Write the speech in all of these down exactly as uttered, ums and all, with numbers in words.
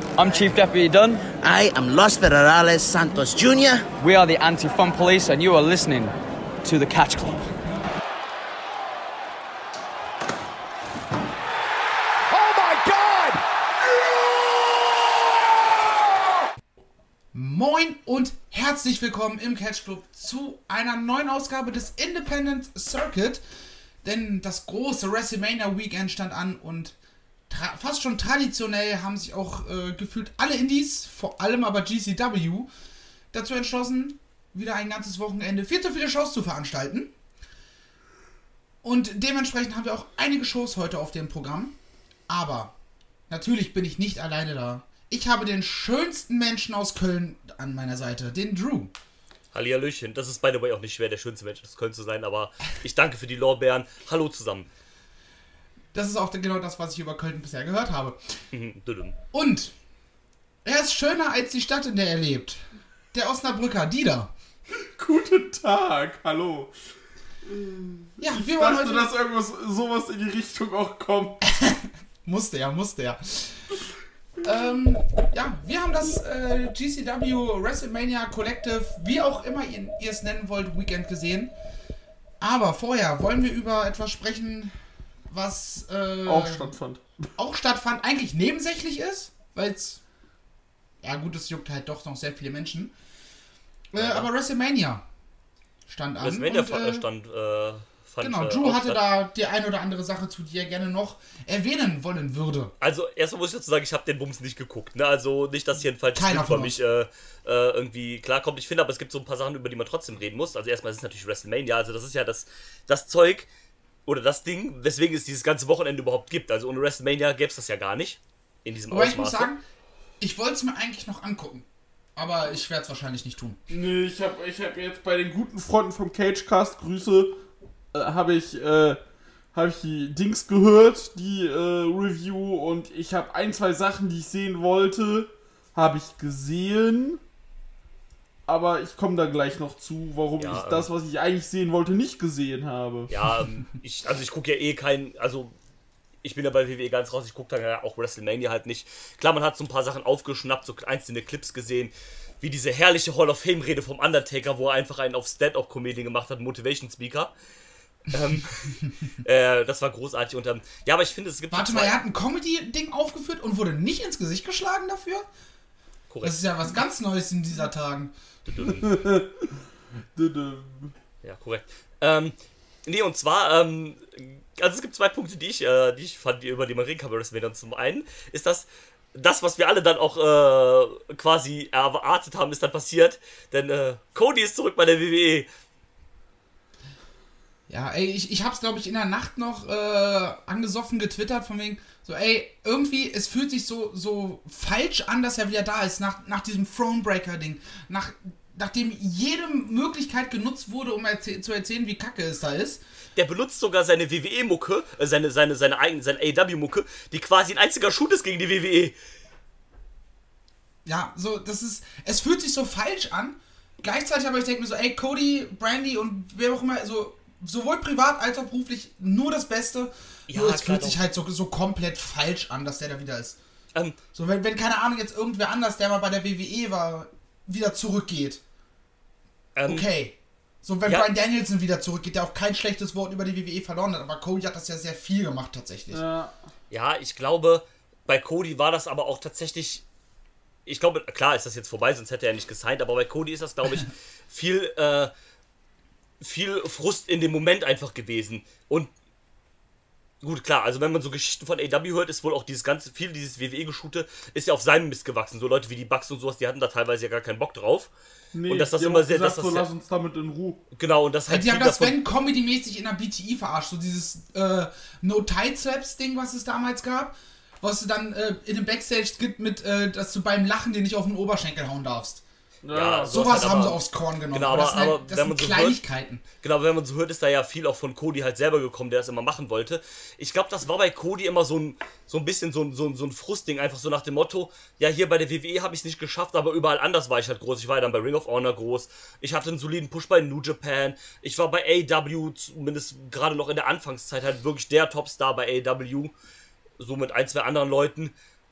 I'm Chief Deputy Dunn. I am Los Federales Santos Junior We are the Anti-Fun Police and you are listening to The Catch Club. Oh my God! Moin und herzlich willkommen im Catch Club zu einer neuen Ausgabe des Independent Circuit. Denn das große WrestleMania Weekend stand an und tra- fast schon traditionell haben sich auch äh, gefühlt alle Indies, vor allem aber G C W, dazu entschlossen, wieder ein ganzes Wochenende viel zu viele Shows zu veranstalten. Und dementsprechend haben wir auch einige Shows heute auf dem Programm. Aber natürlich bin ich nicht alleine da. Ich habe den schönsten Menschen aus Köln an meiner Seite, den Drew. Hallihallöchen, das ist by the way auch nicht schwer, der schönste Mensch aus Köln zu sein, aber ich danke für die Lorbeeren. Hallo zusammen. Das ist auch genau das, was ich über Köln bisher gehört habe. Dudum. Und er ist schöner als die Stadt, in der er lebt. Der Osnabrücker, Dieter. Guten Tag, hallo. Ja, wir Ich wollen dachte, heute... dass irgendwas sowas in die Richtung auch kommt. Musste ja, musste ja. ähm, ja, wir haben das äh, G C W WrestleMania Collective, wie auch immer ihr, ihr es nennen wollt, Weekend gesehen. Aber vorher wollen wir über etwas sprechen, was äh, Auch stattfand. auch stattfand, eigentlich nebensächlich ist, weil es, ja gut, es juckt halt doch noch sehr viele Menschen. Äh, Ja. Aber WrestleMania stand an. WrestleMania und, äh, stand, äh, fand Genau, äh, Drew auch hatte statt. da die ein oder andere Sache, zu die er gerne noch erwähnen wollen würde. Also, erstmal muss ich dazu sagen, ich habe den Bums nicht geguckt, ne? Also, nicht, dass hier ein falsches Keiner Bild von für mich äh, äh, irgendwie klarkommt. Ich finde aber, es gibt so ein paar Sachen, über die man trotzdem reden muss. Also, erstmal ist es natürlich WrestleMania, also das ist ja das, das Zeug oder das Ding, weswegen es dieses ganze Wochenende überhaupt gibt. Also, ohne WrestleMania gäbe es das ja gar nicht. In diesem Aber ich muss Ausmaße. sagen, ich wollte es mir eigentlich noch angucken. Aber ich werde es wahrscheinlich nicht tun. Nee, ich habe ich hab jetzt bei den guten Freunden vom Cagecast, Grüße, äh, habe ich, äh, hab ich die Dings gehört, die äh, Review, und ich habe ein, zwei Sachen, die ich sehen wollte, habe ich gesehen. Aber ich komme da gleich noch zu, warum Ja, ich ähm, das, was ich eigentlich sehen wollte, nicht gesehen habe. Ja, ähm, ich, also ich gucke ja eh kein, also ich bin ja bei W W E ganz raus, ich gucke dann ja auch WrestleMania halt nicht. Klar, man hat so ein paar Sachen aufgeschnappt, so einzelne Clips gesehen, wie diese herrliche Hall of Fame-Rede vom Undertaker, wo er einfach einen auf Stand-Up-Comedy gemacht hat, Motivation Speaker. ähm, äh, das war großartig und ähm, ja, aber ich finde, es gibt... Warte so mal, zwei- er hat ein Comedy-Ding aufgeführt und wurde nicht ins Gesicht geschlagen dafür? Korrekt. Das ist ja was ganz Neues in dieser Tagen. Ja, korrekt. Ähm, nee, und zwar, ähm, also es gibt zwei Punkte, die ich, äh, die ich fand, die, über die man reden kann bei WrestleMania. Und zum einen ist das, das, was wir alle dann auch äh, quasi erwartet haben, ist dann passiert. Denn äh, Cody ist zurück bei der W W E. Ja, ey, ich, ich hab's, glaube ich, in der Nacht noch äh, angesoffen getwittert, von wegen, so, ey, irgendwie, es fühlt sich so, so falsch an, dass er wieder da ist, nach, nach diesem Thronebreaker-Ding. Nach, nachdem jede Möglichkeit genutzt wurde, um erzäh- zu erzählen, wie kacke es da ist. Der benutzt sogar seine W W E-Mucke, äh, seine, seine, seine eigene, seine A E W-Mucke, die quasi ein einziger Shoot ist gegen die W W E. Ja, so, das ist, es fühlt sich so falsch an. Gleichzeitig aber ich denke mir so, ey, Cody, Brandy und wer auch immer, so, sowohl privat als auch beruflich nur das Beste. Ja, nur es klar fühlt sich doch. halt so, so komplett falsch an, dass der da wieder ist. Ähm, So, wenn, wenn, keine Ahnung, jetzt irgendwer anders, der mal bei der W W E war, wieder zurückgeht. ähm, Okay. So, wenn ja. Bryan Danielson wieder zurückgeht, der auch kein schlechtes Wort über die W W E verloren hat, aber Cody hat das ja sehr viel gemacht, tatsächlich. Ja. Ja, ich glaube, bei Cody war das aber auch tatsächlich. Ich glaube, klar ist das jetzt vorbei, sonst hätte er nicht gesigned, aber bei Cody ist das, glaube ich, viel, äh, viel Frust in dem Moment einfach gewesen. Und gut, klar, also wenn man so Geschichten von A E W hört, ist wohl auch dieses ganze, viel dieses W W E-Geschute ist ja auf seinem Mist gewachsen. So Leute wie die Bucks und sowas, die hatten da teilweise ja gar keinen Bock drauf. Nee, Und dass das die haben immer auch sehr- gesagt, dass das so, sehr- lass uns damit in Ruhe. Genau, und das Ja, halt die haben viel das, davon- wenn, Comedy-mäßig in der B T I verarscht. So dieses äh, No-Tide-Slaps-Ding, was es damals gab. Was du dann äh, in dem Backstage gibt, mit, äh, dass du beim Lachen dir nicht auf den Oberschenkel hauen darfst. Ja, so Sowas halt haben aber- sie aufs Korn genommen. Genau, das aber- sind, halt, aber das wenn sind man so hört- Kleinigkeiten. Genau, aber wenn man so hört, ist da ja viel auch von Cody halt selber gekommen, der das immer machen wollte. Ich glaube, das war bei Cody immer so ein, so ein bisschen so ein, so ein, so ein Frustding, einfach so nach dem Motto, ja, hier bei der W W E habe ich es nicht geschafft, aber überall anders war ich halt groß. Ich war ja dann bei Ring of Honor groß. Ich hatte einen soliden Push bei New Japan. Ich war bei A E W, zumindest gerade noch in der Anfangszeit, halt wirklich der Topstar bei A E W. So mit ein, zwei anderen Leuten.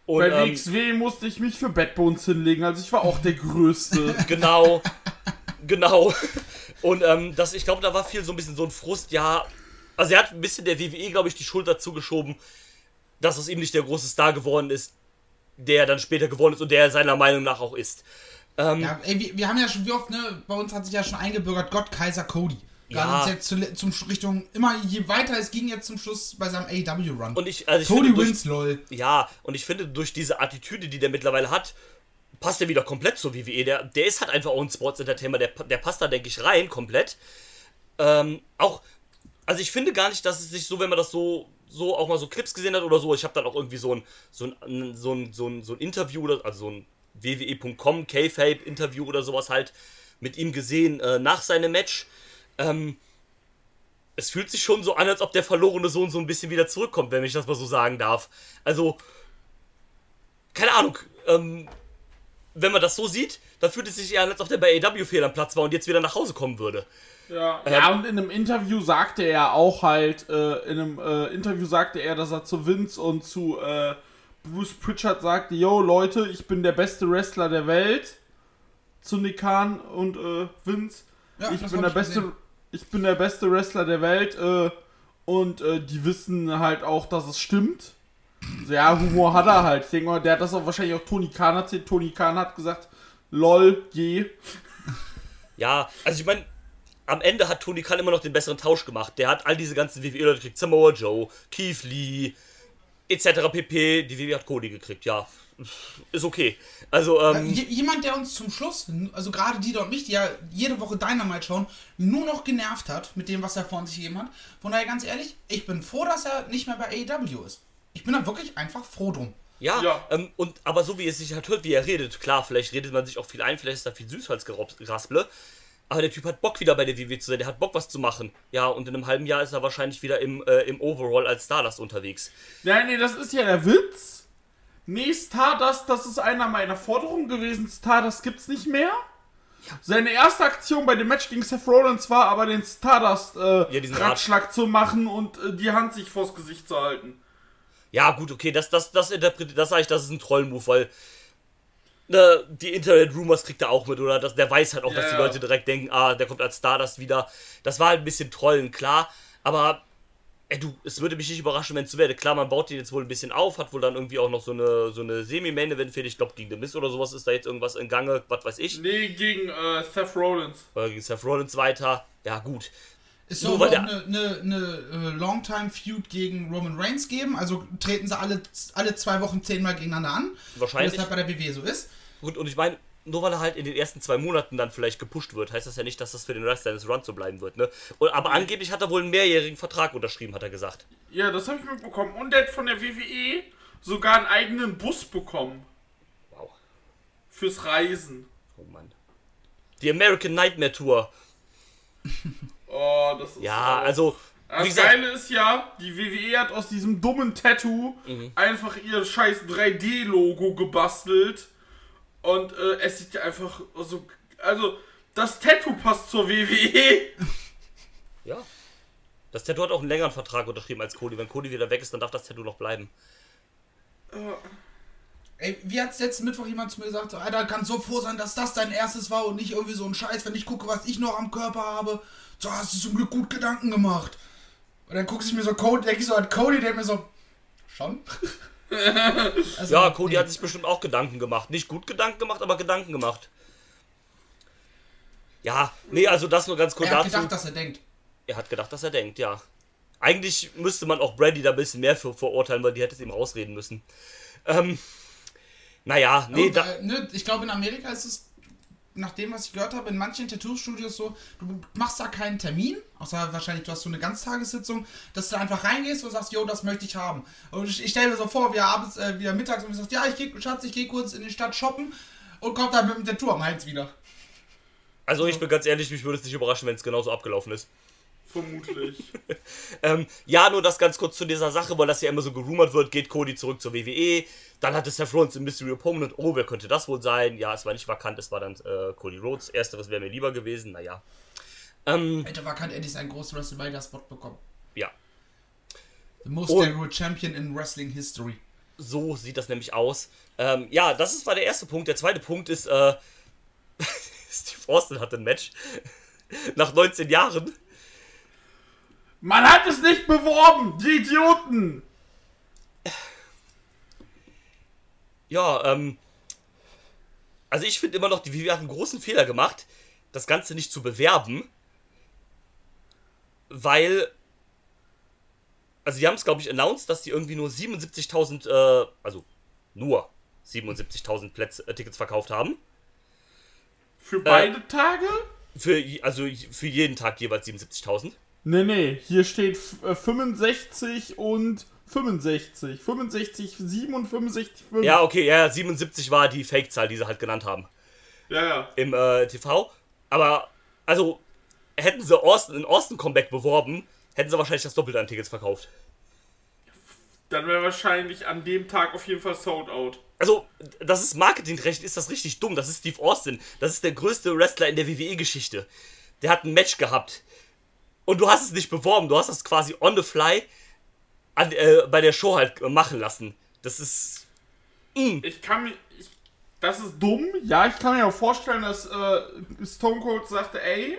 Und, Bei ähm, W X W musste ich mich für Bad Bones hinlegen, also ich war auch der Größte. Genau, genau. Und ähm, das, ich glaube, da war viel so ein bisschen so ein Frust, ja. Also er hat ein bisschen der W W E, glaube ich, die Schuld dazu geschoben, dass aus ihm nicht der große Star geworden ist, der dann später geworden ist und der seiner Meinung nach auch ist. Ähm, Ja, ey, wir, wir haben ja schon, wie oft, ne, bei uns hat sich ja schon eingebürgert, Gott, Kaiser, Cody. Gerade Ja. jetzt zu, zum Richtung, immer je weiter es ging jetzt zum Schluss bei seinem A E W-Run. und ich, also ich Cody finde, durch, wins, lol. ja, und ich finde, durch diese Attitüde, die der mittlerweile hat, passt er wieder komplett zur W W E. Der, der ist halt einfach auch ein Sports-Entertainer, der, der passt da, denke ich, rein, komplett. Ähm, auch, also ich finde gar nicht, dass es sich so, wenn man das so, so auch mal so Clips gesehen hat oder so, ich habe dann auch irgendwie so ein, so ein, so ein, so ein, so ein Interview, oder, also so ein w w e punkt com K-Fape-Interview oder sowas halt mit ihm gesehen, äh, nach seinem Match. Ähm, es fühlt sich schon so an, als ob der verlorene Sohn so ein bisschen wieder zurückkommt, wenn ich das mal so sagen darf. Also, keine Ahnung, ähm, wenn man das so sieht, dann fühlt es sich eher an, als ob der bei A E W fehl am Platz war und jetzt wieder nach Hause kommen würde. Ja, Ähm, ja, und in einem Interview sagte er auch halt, äh, in einem äh, Interview sagte er, dass er zu Vince und zu äh, Bruce Pritchard sagte, yo Leute, ich bin der beste Wrestler der Welt. Zu Nick Khan und äh, Vince. Ja, ich das bin hab der ich beste, gesehen. ich bin der beste Wrestler der Welt. Äh, und äh, die wissen halt auch, dass es stimmt. Also, ja, Humor hat er halt. Ich denke mal, der hat das auch wahrscheinlich auch Tony Khan erzählt. Tony Khan hat gesagt, lol, geh. Ja, also ich meine, am Ende hat Tony Khan immer noch den besseren Tausch gemacht. Der hat all diese ganzen W W E-Leute gekriegt. Samoa Joe, Keith Lee, et cetera pp. Die W W E hat Cody gekriegt, ja. Ist okay. Also, ähm... J- Jemand, der uns zum Schluss, also gerade die und mich, die ja jede Woche Dynamite schauen, nur noch genervt hat mit dem, was er von sich gegeben hat. Von daher ganz ehrlich, ich bin froh, dass er nicht mehr bei A E W ist. Ich bin da wirklich einfach froh drum. Ja, Ja. Ähm, und aber so wie es sich halt hört, wie er redet, klar, vielleicht redet man sich auch viel ein, vielleicht ist da viel Süßholzgerasple, aber der Typ hat Bock wieder bei der W W E zu sein, der hat Bock was zu machen. Ja, und in einem halben Jahr ist er wahrscheinlich wieder im, äh, im Overall als Stardust unterwegs. Nein, nee, das ist ja der Witz. Nee, Stardust, das ist einer meiner Forderungen gewesen. Stardust gibt's nicht mehr. Seine erste Aktion bei dem Match gegen Seth Rollins war aber den Stardust äh, Ja, diesen Ratschlag zu machen und äh, die Hand sich vors Gesicht zu halten. Ja, gut, okay, das, das, das interpretiert, das sage ich, das ist ein Trollmove, weil ne, die Internet-Rumors kriegt er auch mit, oder? Das, der weiß halt auch, Ja, dass die ja. Leute direkt denken, ah, der kommt als Stardust wieder. Das war halt ein bisschen Trollen, klar, aber ey, du, es würde mich nicht überraschen, wenn es so wäre. Klar, man baut den jetzt wohl ein bisschen auf, hat wohl dann irgendwie auch noch so eine, so eine Semi-Main-Event-Fehde, ich glaube, gegen The Miz oder sowas ist da jetzt irgendwas in Gange, was weiß ich. Nee, gegen äh, Seth Rollins. Oder gegen Seth Rollins weiter, ja gut. Es Nur soll weil auch der- eine, eine, eine äh, Longtime-Feud gegen Roman Reigns geben, also treten sie alle, alle zwei Wochen zehnmal gegeneinander an. Wahrscheinlich. Wie das halt bei der W W E so ist. Gut, und ich meine, nur weil er halt in den ersten zwei Monaten dann vielleicht gepusht wird, heißt das ja nicht, dass das für den Rest seines Runs so bleiben wird, ne? Und, aber angeblich hat er wohl einen mehrjährigen Vertrag unterschrieben, hat er gesagt. Ja, das habe ich mitbekommen. Und der hat von der W W E sogar einen eigenen Bus bekommen. Wow. Fürs Reisen. Oh Mann. Die American Nightmare Tour. Oh, das ist Ja, auch- also, wie Das gesagt, Geile ist ja, die W W E hat aus diesem dummen Tattoo Mhm. einfach ihr scheiß drei D Logo gebastelt. Und äh, es sieht ja einfach so. Also, das Tattoo passt zur W W E. ja. Das Tattoo hat auch einen längeren Vertrag unterschrieben als Cody. Wenn Cody wieder weg ist, dann darf das Tattoo noch bleiben. Ey, wie hat's letzten Mittwoch jemand zu mir gesagt, so, Alter, kann so froh sein, dass das dein erstes war und nicht irgendwie so ein Scheiß, wenn ich gucke, was ich noch am Körper habe. So, hast du zum Glück gut Gedanken gemacht. Und dann guckst du mir so Cody, denke ich so an Cody, der mir so, schon? Also, Ja, Cody nee. hat sich bestimmt auch Gedanken gemacht. Nicht gut Gedanken gemacht, aber Gedanken gemacht. Ja, nee, also das nur ganz kurz Er hat dazu. gedacht, dass er denkt. Er hat gedacht, dass er denkt, ja. Eigentlich müsste man auch Brady da ein bisschen mehr für verurteilen, weil die hätte es ihm rausreden müssen. Ähm, naja, nee, Und, da, äh, ne, ich glaube, in Amerika ist es, nach dem, was ich gehört habe, in manchen Tattoo-Studios so, du machst da keinen Termin, außer wahrscheinlich, du hast so eine Ganztagessitzung, dass du da einfach reingehst und sagst, jo, das möchte ich haben. Und ich, ich stelle mir so vor, wie er abends, äh, wie er mittags und sagt, ja, ich geh, Schatz, ich gehe kurz in die Stadt shoppen und kommt dann mit dem Tattoo am Hals wieder. also ich bin ganz ehrlich, mich würde es nicht überraschen, wenn es genauso abgelaufen ist. Vermutlich. Ähm, ja, nur das ganz kurz zu dieser Sache, weil das ja immer so gerumort wird, geht Cody zurück zur W W E, dann hatte Seth Rollins im Mystery Opponent, oh, wer könnte das wohl sein? Ja, es war nicht vakant, es war dann äh, Cody Rhodes, ersteres wäre mir lieber gewesen, naja. Ähm, Hätte vakant endlich seinen großen WrestleMania-Spot bekommen. ja. The most Und- steroid champion in Wrestling History. So sieht das nämlich aus. Ähm, ja, das ist, war der erste Punkt. Der zweite Punkt ist, äh, Steve Austin hatte ein Match nach neunzehn Jahren. Man hat es nicht beworben, die Idioten! Ja, ähm, also ich finde immer noch, die W W E hat einen großen Fehler gemacht, das Ganze nicht zu bewerben, weil, also die haben es, glaube ich, announced, dass die irgendwie nur siebenundsiebzigtausend, äh, also nur siebenundsiebzigtausend Plätze, äh, Tickets verkauft haben. Für beide äh, Tage? Für, also für jeden Tag jeweils siebenundsiebzigtausend. Nee, nee, hier steht äh, fünfundsechzig und fünfundsechzig. fünfundsechzig, sieben und fünfundsechzig, fünf. Ja, okay, ja, siebenundsiebzig war die Fake-Zahl, die sie halt genannt haben. Ja, ja. Im äh, T V. Aber, also, hätten sie Austin, ein Austin-Comeback beworben, hätten sie wahrscheinlich das Doppelte an Tickets verkauft. Dann wäre wahrscheinlich an dem Tag auf jeden Fall sold out. Also, das ist marketingrecht, ist das richtig dumm. Das ist Steve Austin. Das ist der größte Wrestler in der W W E-Geschichte. Der hat ein Match gehabt. Und du hast es nicht beworben. Du hast das quasi on the fly an, äh, bei der Show halt machen lassen. Das ist... Mh. Ich kann mir... Ich, das ist dumm. Ja, ich kann mir auch vorstellen, dass äh, Stone Cold sagte, ey,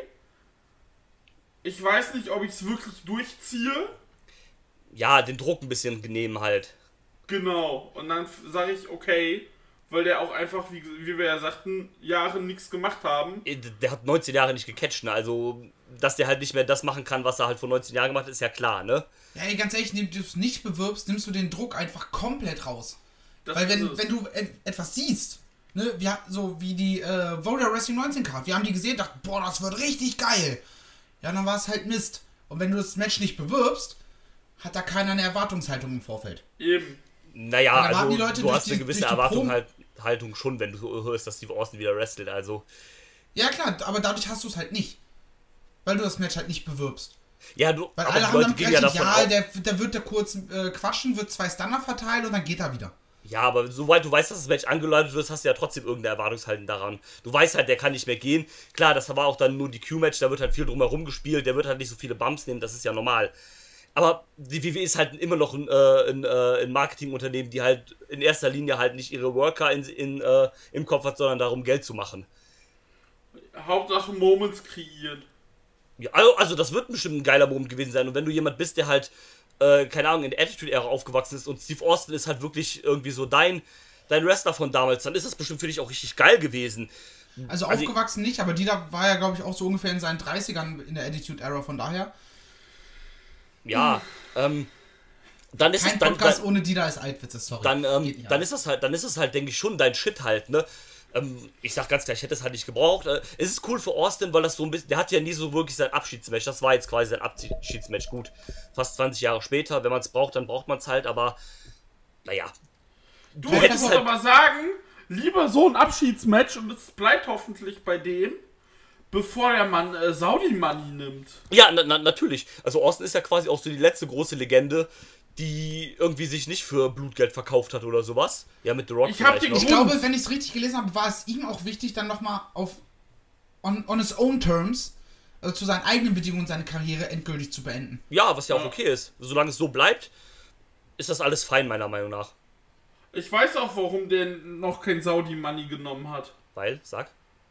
ich weiß nicht, ob ich es wirklich durchziehe. Ja, den Druck ein bisschen nehmen halt. Genau. Und dann sage ich, okay, weil der auch einfach, wie, wie wir ja sagten, Jahre nichts gemacht haben. Der hat neunzehn Jahre nicht gecatcht, ne? Also, dass der halt nicht mehr das machen kann, was er halt vor neunzehn Jahren gemacht hat, ist ja klar, ne? Ja, ey, ganz ehrlich, indem du es nicht bewirbst, nimmst du den Druck einfach komplett raus. Das Weil wenn, es. wenn du et- etwas siehst, ne, wir hatten so wie die äh, Voda Wrestling neunzehn Card, wir haben die gesehen und dachten, boah, das wird richtig geil. Ja, dann war es halt Mist. Und wenn du das Match nicht bewirbst, hat da keiner eine Erwartungshaltung im Vorfeld. Eben. Naja, Dann also die Leute du durch hast die- eine gewisse durch die Erwartung Proben- halt, Haltung schon, wenn du hörst, dass Steve Austin wieder wrestelt, also... Ja klar, aber dadurch hast du es halt nicht. Weil du das Match halt nicht bewirbst. Ja, du, Weil aber alle die haben Leute dann gehen ja gerechnet, davon ja, aus... der, der wird da kurz äh, quatschen, wird zwei Stunner verteilen und dann geht er wieder. Ja, aber soweit du weißt, dass das Match angeleitet wird, hast du ja trotzdem irgendeine Erwartungshaltung daran. Du weißt halt, der kann nicht mehr gehen. Klar, das war auch dann nur die Q-Match, da wird halt viel drumherum gespielt, der wird halt nicht so viele Bumps nehmen, das ist ja normal. Aber die W W E ist halt immer noch ein, äh, ein, äh, ein Marketingunternehmen, die halt in erster Linie halt nicht ihre Worker in, in, äh, im Kopf hat, sondern darum, Geld zu machen. Hauptsache Moments kreieren. Ja, also, also das wird bestimmt ein geiler Moment gewesen sein. Und wenn du jemand bist, der halt, äh, keine Ahnung, in der Attitude-Ära aufgewachsen ist und Steve Austin ist halt wirklich irgendwie so dein, dein Wrestler von damals, dann ist das bestimmt für dich auch richtig geil gewesen. Also, Also aufgewachsen nicht, aber die da war ja, glaube ich, auch so ungefähr in seinen dreißigern in der Attitude Era, von daher. Ja, ähm, dann ist Kein es dann, Podcast dann, ohne Dida ist Altwitze, sorry. dann, ähm, Geht nicht dann anders. ist das halt, dann ist es halt, denke ich, schon dein Shit halt, ne? Ähm, ich sag ganz klar, ich hätte es halt nicht gebraucht. Äh, es ist cool für Austin, weil das so ein bisschen, der hat ja nie so wirklich sein Abschiedsmatch. Das war jetzt quasi sein Abschiedsmatch. Gut, fast zwanzig Jahre später, wenn man es braucht, dann braucht man es halt, aber naja. Du Du hättest hättest doch aber sagen, lieber so ein Abschiedsmatch und es bleibt hoffentlich bei dem, bevor der Mann äh, Saudi-Money nimmt. Ja, na, na, natürlich. Also Austin ist ja quasi auch so die letzte große Legende, die irgendwie sich nicht für Blutgeld verkauft hat oder sowas. Ja, mit The Rock Ich hab vielleicht den noch. Ich glaube, wenn ich es richtig gelesen habe, war es ihm auch wichtig, dann nochmal auf on, on his own terms, also zu seinen eigenen Bedingungen, seine Karriere endgültig zu beenden. Ja, was ja auch Ja. okay ist. Solange es so bleibt, ist das alles fein, meiner Meinung nach. Ich weiß auch, warum der noch kein Saudi-Money genommen hat. Weil, sag.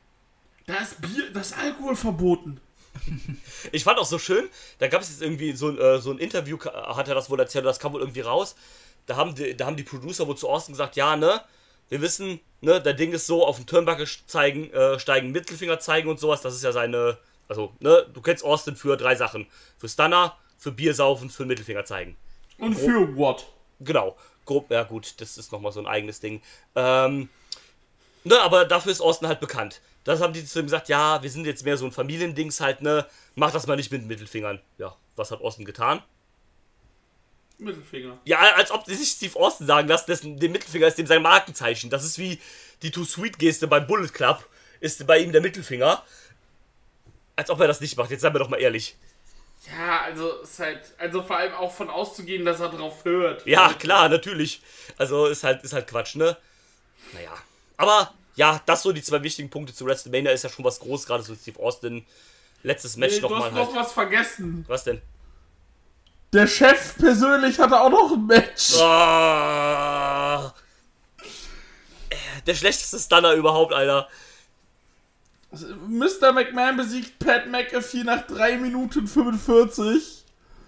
Da ist Bier, das ist Alkohol verboten. Ich fand auch so schön, da gab es jetzt irgendwie so, äh, so ein Interview, hat er das wohl erzählt, das kam wohl irgendwie raus. Da haben die, da haben die Producer wohl zu Austin gesagt, ja, ne, wir wissen, ne, der Ding ist so, auf den Turnbuckle zeigen, äh, steigen, Mittelfinger zeigen und sowas, das ist ja seine, also, ne, du kennst Austin für drei Sachen. Für Stunner, für Biersaufen, für Mittelfinger zeigen. Und für what? Genau, grob, ja gut, das ist nochmal so ein eigenes Ding. Ähm, ne, aber dafür ist Austin halt bekannt. Das haben die zu ihm gesagt, ja, wir sind jetzt mehr so ein Familiendings halt, ne, mach das mal nicht mit den Mittelfingern. Ja, was hat Austin getan? Mittelfinger. Ja, als ob die sich Steve Austin sagen lassen, dessen, der Mittelfinger ist dem sein Markenzeichen. Das ist wie die Too-Sweet-Geste beim Bullet Club, ist bei ihm der Mittelfinger. Als ob er das nicht macht, jetzt seien wir doch mal ehrlich. Ja, also ist halt, also vor allem auch von auszugehen, dass er drauf hört. Ja, klar, natürlich. Also ist halt, ist halt Quatsch, ne? Naja. Aber, ja, das so die zwei wichtigen Punkte zu WrestleMania ist ja schon was Großes, gerade so Steve Austin. Letztes Match Nee, du nochmal hast halt. noch was vergessen. Was denn? Der Chef persönlich hatte auch noch ein Match. Ah, der schlechteste Stunner überhaupt, Alter. Mister McMahon besiegt Pat McAfee nach drei Minuten fünfundvierzig.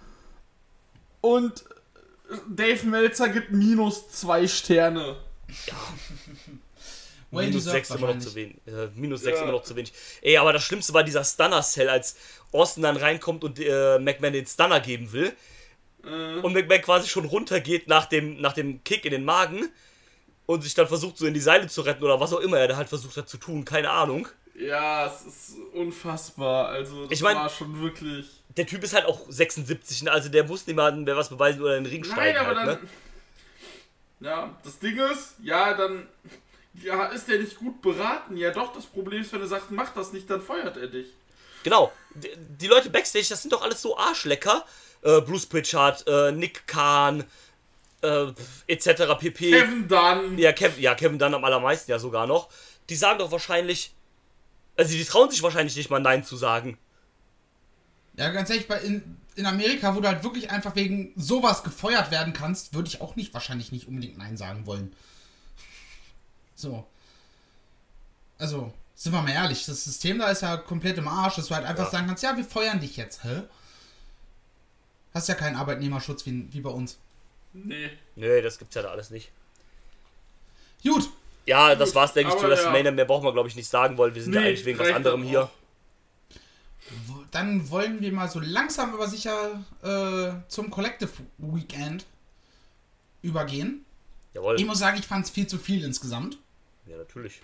Und Dave Meltzer gibt minus zwei Sterne. Ja. Well minus deserved sechs immer noch wahrscheinlich. zu wenig. Äh, minus sechs Ja. immer noch zu wenig. Ey, aber das Schlimmste war dieser Stunner-Cell, als Austin dann reinkommt und äh, McMahon den Stunner geben will. Äh. Und McMahon quasi schon runtergeht nach dem, nach dem Kick in den Magen. Und sich dann versucht, so in die Seile zu retten oder was auch immer er da halt versucht hat zu tun. Keine Ahnung. Ja, es ist unfassbar. Also, das Ich mein- war schon wirklich. Der Typ ist halt auch sechsundsiebzig, ne? Also der muss niemandem mehr was beweisen oder in den Ring Nein, steigen aber halt, dann. ne? Ja, das Ding ist, ja, dann. Ja, ist der nicht gut beraten? Ja, doch, das Problem ist, wenn er sagt, mach das nicht, dann feuert er dich. Genau. Die, die Leute Backstage, das sind doch alles so Arschlecker. Äh, Bruce Pritchard, äh, Nick Khan, äh, et cetera pp. Kevin Dunn. Ja, Kev, ja, Kevin Dunn am allermeisten ja sogar noch. Die sagen doch wahrscheinlich, also die trauen sich wahrscheinlich nicht mal Nein zu sagen. Ja, ganz ehrlich, bei in, in Amerika, wo du halt wirklich einfach wegen sowas gefeuert werden kannst, würde ich auch nicht, wahrscheinlich nicht unbedingt Nein sagen wollen. So. Also, sind wir mal ehrlich, das System da ist ja komplett im Arsch, dass du halt einfach Ja. sagen kannst, ja, wir feuern dich jetzt, hä? Hast ja keinen Arbeitnehmerschutz wie, wie bei uns. Nee. Nee, das gibt's ja da alles nicht. Gut, Ja, das Gut, war's, denke ich, zu aber ja. WrestleMania. Mehr brauchen wir, glaube ich, nicht sagen, weil wir sind ja Nee, eigentlich wegen was reicht anderem dann hier. auch. w- dann wollen wir mal so langsam aber sicher äh, zum Collective Weekend übergehen. Jawohl. Ich muss sagen, ich fand es viel zu viel insgesamt. Ja, natürlich.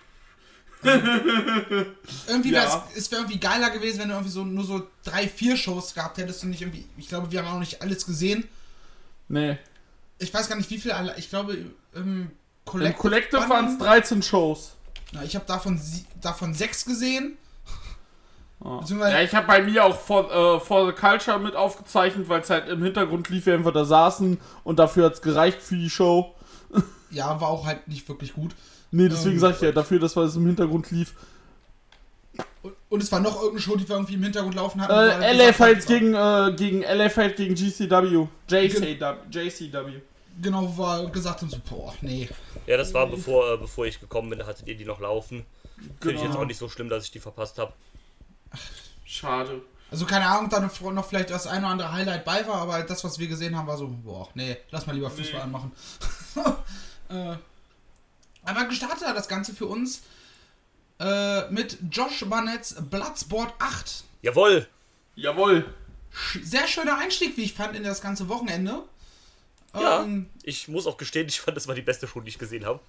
Irgendwie Ja. wär's, es wäre irgendwie geiler gewesen, wenn du irgendwie so nur so drei, vier Shows gehabt hättest und nicht irgendwie. Ich glaube, wir haben auch nicht alles gesehen. Nee. Ich weiß gar nicht, wie viel alle. Ich glaube, im Im Collective waren es waren- dreizehn Shows. Na, ich habe davon, sie- davon sechs gesehen. Ja, Beziehungsweise- ja ich habe bei mir auch For, äh, For the Culture mit aufgezeichnet, weil es halt im Hintergrund lief, während wir da saßen und dafür hat es gereicht für die Show. Ja, war auch halt nicht wirklich gut. Nee, deswegen Ähm, sag ich ja, dafür, dass es im Hintergrund lief. Und, und es war noch irgendeine Show, die wir irgendwie im Hintergrund laufen hatten. Äh, wo wir halt L A gesagt Fights haben, gegen, äh, gegen L A Fight gegen G C W. J C W. J C W. Genau, wo wir gesagt haben, so, boah, nee. Ja, das war bevor, äh, bevor ich gekommen bin, da hattet ihr die noch laufen. Finde ich jetzt Genau. auch nicht so schlimm, dass ich die verpasst habe. Schade. Also keine Ahnung, da noch vielleicht das eine oder andere Highlight bei war, aber das, was wir gesehen haben, war so, boah, nee, lass mal lieber Fußball Nee. anmachen. äh, aber gestartet hat das Ganze für uns äh, mit Josh Barnett's Bloodsport acht. Jawohl! Jawohl. Sch- Sehr schöner Einstieg, wie ich fand, in das ganze Wochenende. Ja, Ähm, ich muss auch gestehen, ich fand, das war die beste Show, die ich gesehen habe.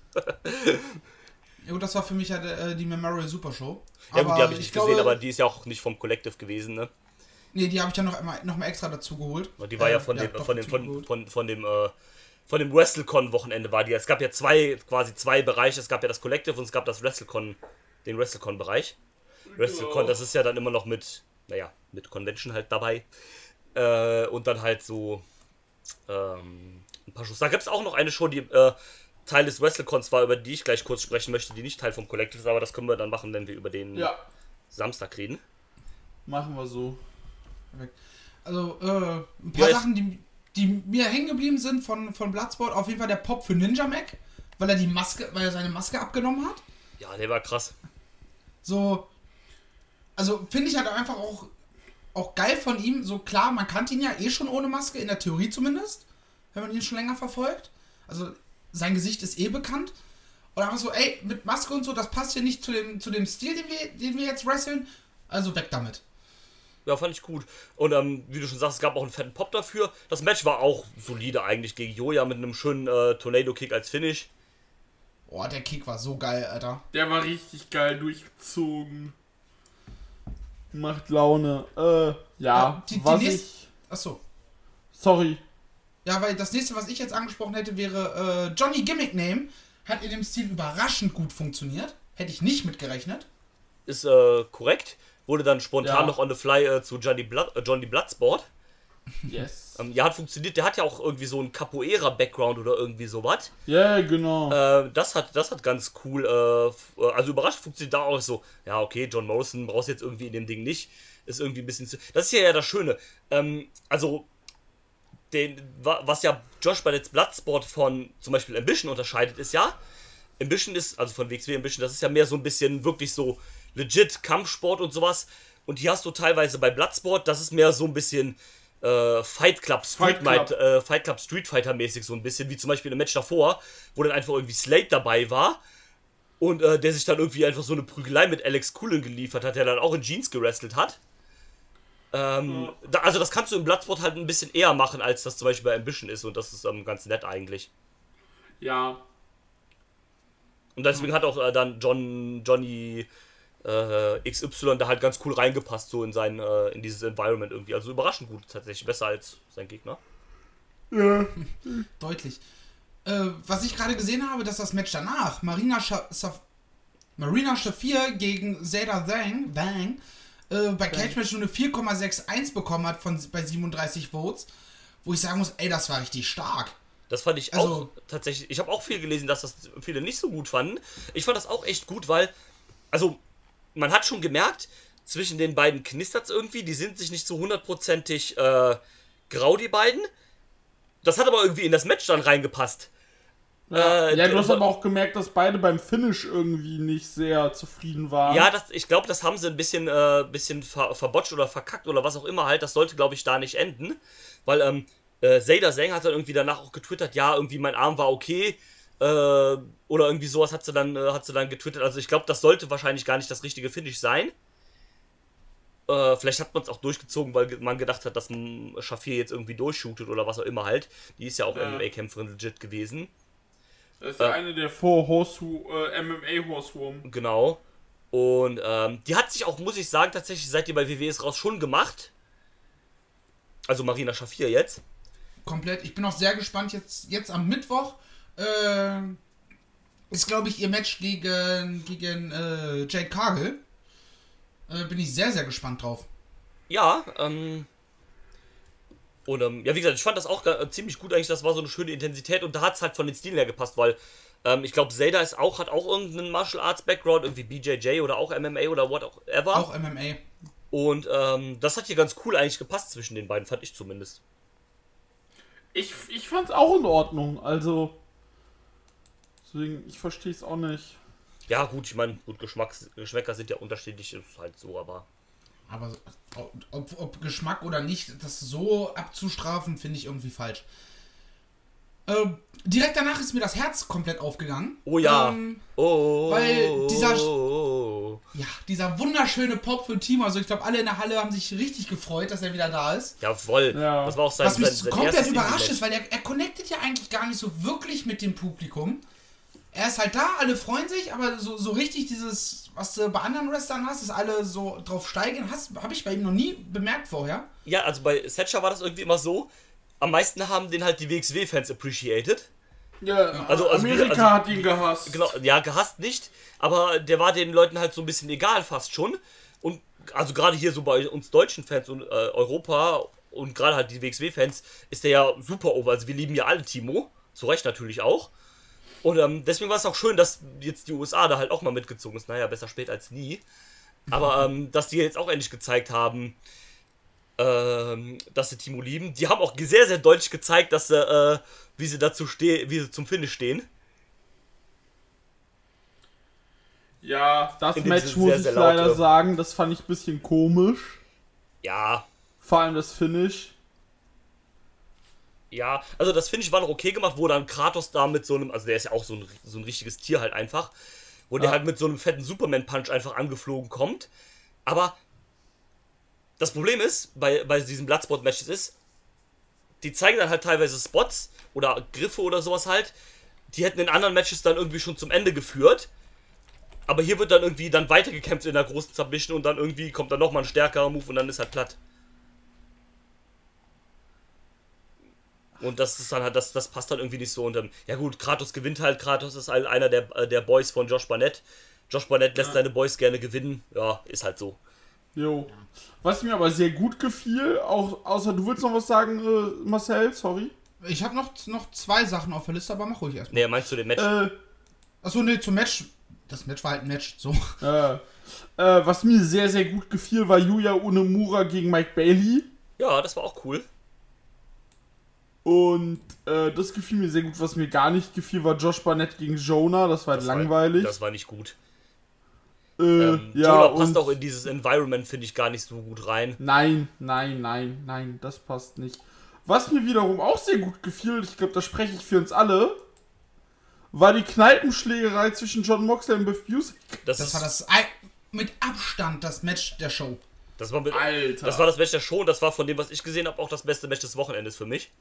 ja gut, das war für mich ja äh, die Memorial Super Show. Ja gut, die habe ich ich nicht glaube, gesehen, aber die ist ja auch nicht vom Collective gewesen, ne? Nee, die habe ich ja noch, einmal- noch mal extra dazu geholt. Und die war Äh, ja von dem, doch, von dem, dazu von, geholt. von, von dem, äh, von dem WrestleCon-Wochenende war die. Es gab ja zwei, quasi zwei Bereiche. Es gab ja das Collective und es gab das WrestleCon, den WrestleCon-Bereich. WrestleCon, das ist ja dann immer noch mit, naja, mit Convention halt dabei. Äh, und dann halt so, ähm, ein paar Shows. Da gibt es auch noch eine Show, die, äh, Teil des WrestleCons war, über die ich gleich kurz sprechen möchte, die nicht Teil vom Collective ist, aber das können wir dann machen, wenn wir über den Ja, Samstag reden. machen wir so. Perfekt. Also, äh, ein paar Ja, Sachen, die, die mir hängen geblieben sind von, von Bloodsport. Auf jeden Fall der Pop für Ninja Mac, weil er die Maske, weil er seine Maske abgenommen hat. Ja, der war krass. So, also finde ich halt einfach auch, auch geil von ihm. So klar, man kannte ihn ja eh schon ohne Maske, in der Theorie zumindest, wenn man ihn schon länger verfolgt. Also sein Gesicht ist eh bekannt. Und einfach so, ey, mit Maske und so, das passt hier nicht zu dem, zu dem Stil, den wir, den wir jetzt wresteln. Also weg damit. Ja, fand ich gut. Und ähm, wie du schon sagst, es gab auch einen fetten Pop dafür. Das Match war auch solide eigentlich gegen Joja mit einem schönen äh, Tornado-Kick als Finish. Boah, der Kick war so geil, Alter. Der war richtig geil durchgezogen. Macht Laune. Äh, ja, Ja, die- die was nächst- ich... Achso. Sorry. Ja, weil das nächste, was ich jetzt angesprochen hätte, wäre äh, Johnny Gimmick Name. Hat in dem Stil überraschend gut funktioniert. Hätte ich nicht mitgerechnet. Ist äh, korrekt. Wurde dann spontan Ja. noch on the fly äh, zu Johnny, Blood, äh, Johnny Bloodsport. Yes. Ähm, ja, hat funktioniert. Der hat ja auch irgendwie so einen Capoeira-Background oder irgendwie sowas. Ja, yeah, genau. Äh, das hat das hat ganz cool, äh, f- äh, also überrascht funktioniert da auch so, ja okay, John Morrison brauchst jetzt irgendwie in dem Ding nicht, ist irgendwie ein bisschen zu, das ist ja, ja das Schöne, ähm, also, den, wa- was ja Josh Barnett's Bloodsport von zum Beispiel Ambition unterscheidet, ist ja, Ambition ist, also von W X W Ambition, das ist ja mehr so ein bisschen wirklich so legit Kampfsport und sowas. Und hier hast du teilweise bei Bloodsport, das ist mehr so ein bisschen äh, Fight Club, Street Fight Club. Äh, Fight Club Street Fighter mäßig so ein bisschen, wie zum Beispiel im Match davor, wo dann einfach irgendwie Slade dabei war und äh, der sich dann irgendwie einfach so eine Prügelei mit Alex Cullen geliefert hat, der dann auch in Jeans gewrestelt hat. Ähm, ja. da, also das kannst du im Bloodsport halt ein bisschen eher machen, als das zum Beispiel bei Ambition ist und das ist ähm, ganz nett eigentlich. Ja. Und deswegen hat auch äh, dann John, Johnny äh, X Y da halt ganz cool reingepasst, so in sein, äh, in dieses Environment irgendwie. Also überraschend gut tatsächlich, besser als sein Gegner. Ja. Deutlich. Äh, was ich gerade gesehen habe, dass das Match danach, Marina, Scha- Saf- Marina Shafir gegen Zeta Zhang, Bang, äh, bei Cage Match nur eine vier Komma sechs eins bekommen hat von, bei siebenunddreißig Votes, wo ich sagen muss, ey, das war richtig stark. Das fand ich Also, auch tatsächlich, ich habe auch viel gelesen, dass das viele nicht so gut fanden. Ich fand das auch echt gut, weil, also, man hat schon gemerkt, zwischen den beiden knistert's irgendwie, die sind sich nicht so hundertprozentig äh, grau, die beiden. Das hat aber irgendwie in das Match dann reingepasst. Ja, Äh, ja, du hast d- aber auch gemerkt, dass beide beim Finish irgendwie nicht sehr zufrieden waren. Ja, das, ich glaube, das haben sie ein bisschen, äh, bisschen ver, verbotscht oder verkackt oder was auch immer halt. Das sollte, glaube ich, da nicht enden. Weil, ähm, äh, Zeta Zhang hat dann irgendwie danach auch getwittert, ja, irgendwie mein Arm war okay. Äh, oder irgendwie sowas hat sie dann, äh, hat sie dann getwittert. Also ich glaube, das sollte wahrscheinlich gar nicht das richtige Finish sein. Äh, vielleicht hat man es auch durchgezogen, weil man gedacht hat, dass ein Shafir jetzt irgendwie durchshootet oder was auch immer halt. Die ist ja auch Ja. M M A-Kämpferin legit gewesen. Das ist ja Äh. eine der vier Horse, äh, M M A-Horsewoman. Genau. Und ähm, die hat sich auch, muss ich sagen, tatsächlich seit die bei W W E ist raus schon gemacht. Also Marina Shafir jetzt. Komplett. Ich bin auch sehr gespannt. Jetzt, jetzt am Mittwoch äh, ist, glaube ich, ihr Match gegen, gegen äh, Jade Cargill. Äh, bin ich sehr, sehr gespannt drauf. Ja, ähm. Und ähm, ja, wie gesagt, ich fand das auch äh, ziemlich gut eigentlich. Das war so eine schöne Intensität und da hat es halt von den Stilen her gepasst, weil ähm, ich glaube, Zeta ist auch, hat auch irgendeinen Martial Arts Background, irgendwie B J J oder auch M M A oder whatever. Auch M M A. Und ähm, das hat hier ganz cool eigentlich gepasst zwischen den beiden, fand ich zumindest. Ich, ich fand's auch in Ordnung, also. Deswegen, ich verstehe es auch nicht. Ja, gut, ich meine, gut, Geschmacks, Geschmäcker sind ja unterschiedlich, ist halt so, aber. Aber ob, ob Geschmack oder nicht, das so abzustrafen, finde ich irgendwie falsch. Äh, direkt danach ist mir das Herz komplett aufgegangen. Oh ja. Ähm, oh. weil dieser- Oh. ja, dieser wunderschöne Pop für Timo. Also ich glaube, alle in der Halle haben sich richtig gefreut, dass er wieder da ist. Jawohl. Ja. Das war auch sein, Was mich sein, sein komplett erstes überrascht Indie-Match. ist, weil er, er connectet ja eigentlich gar nicht so wirklich mit dem Publikum. Er ist halt da, alle freuen sich, aber so, so richtig dieses, was du bei anderen Wrestlern hast, dass alle so drauf steigen, habe ich bei ihm noch nie bemerkt vorher. Ja, also bei Thatcher war das irgendwie immer so, am meisten haben den halt die W X W-Fans appreciated. Ja, Also- also Amerika also- hat ihn gehasst. Genau, ja, gehasst nicht, aber der war den Leuten halt so ein bisschen egal fast schon. Und also gerade hier so bei uns deutschen Fans und äh, Europa und gerade halt die W X W-Fans ist der ja super over. Also wir lieben ja alle Timo, zu Recht natürlich auch. Und ähm, deswegen war es auch schön, dass jetzt die U S A da halt auch mal mitgezogen ist. Naja, besser spät als nie. Aber ähm, dass die jetzt auch endlich gezeigt haben, ähm, dass sie Timo lieben. Die haben auch sehr, sehr deutlich gezeigt, dass sie, äh, wie sie dazu stehen, wie sie zum Finish stehen. Ja, das In dem Match Sinne muss sehr, ich sehr leider laut, sagen, das fand ich ein bisschen komisch. Ja, Vor allem das Finish. ja, also das Finish war noch okay gemacht, wo dann Kratos da mit so einem, also der ist ja auch so ein, so ein richtiges Tier halt einfach, wo der Ja. halt mit so einem fetten Superman-Punch einfach angeflogen kommt. Aber das Problem ist, bei, bei diesen Bloodsport-Matches ist, die zeigen dann halt teilweise Spots oder Griffe oder sowas halt, die hätten in anderen Matches dann irgendwie schon zum Ende geführt. Aber hier wird dann irgendwie dann weitergekämpft in der großen Submission und dann irgendwie kommt dann nochmal ein stärkerer Move und dann ist halt platt. Und das ist dann halt, das, das passt dann irgendwie nicht so. Und ähm, ja gut, Kratos gewinnt halt. Kratos ist halt einer der, äh, der Boys von Josh Barnett. Josh Barnett lässt Ja. seine Boys gerne gewinnen. Ja, ist halt so. Jo. Was mir aber sehr gut gefiel, auch außer du willst noch was sagen, äh, Marcel, sorry. Ich habe noch, noch zwei Sachen auf der Liste, aber mach ruhig erstmal. Nee, meinst du den Match? Äh, Achso, nee, zum Match. Das Match war halt ein Match, so. äh, äh, was mir sehr, sehr gut gefiel, war Yuya Unemura gegen Mike Bailey. Ja, das war auch cool. Und äh, das gefiel mir sehr gut. Was mir gar nicht gefiel, war Josh Barnett gegen Jonah. Das war Das langweilig. War, das war nicht gut. Äh, Ähm, ja, Jonah passt und auch in dieses Environment, finde ich, gar nicht so gut rein. Nein, nein, nein, nein, das passt nicht. Was mir wiederum auch sehr gut gefiel, ich glaube, da spreche ich für uns alle, war die Kneipenschlägerei zwischen Jon Moxley und Biff Busick. Das, Das ist, war das Ei- mit Abstand das Match der Show. das, war mit, Alter. das war das Match der Show und das war von dem, was ich gesehen habe, auch das beste Match des Wochenendes für mich.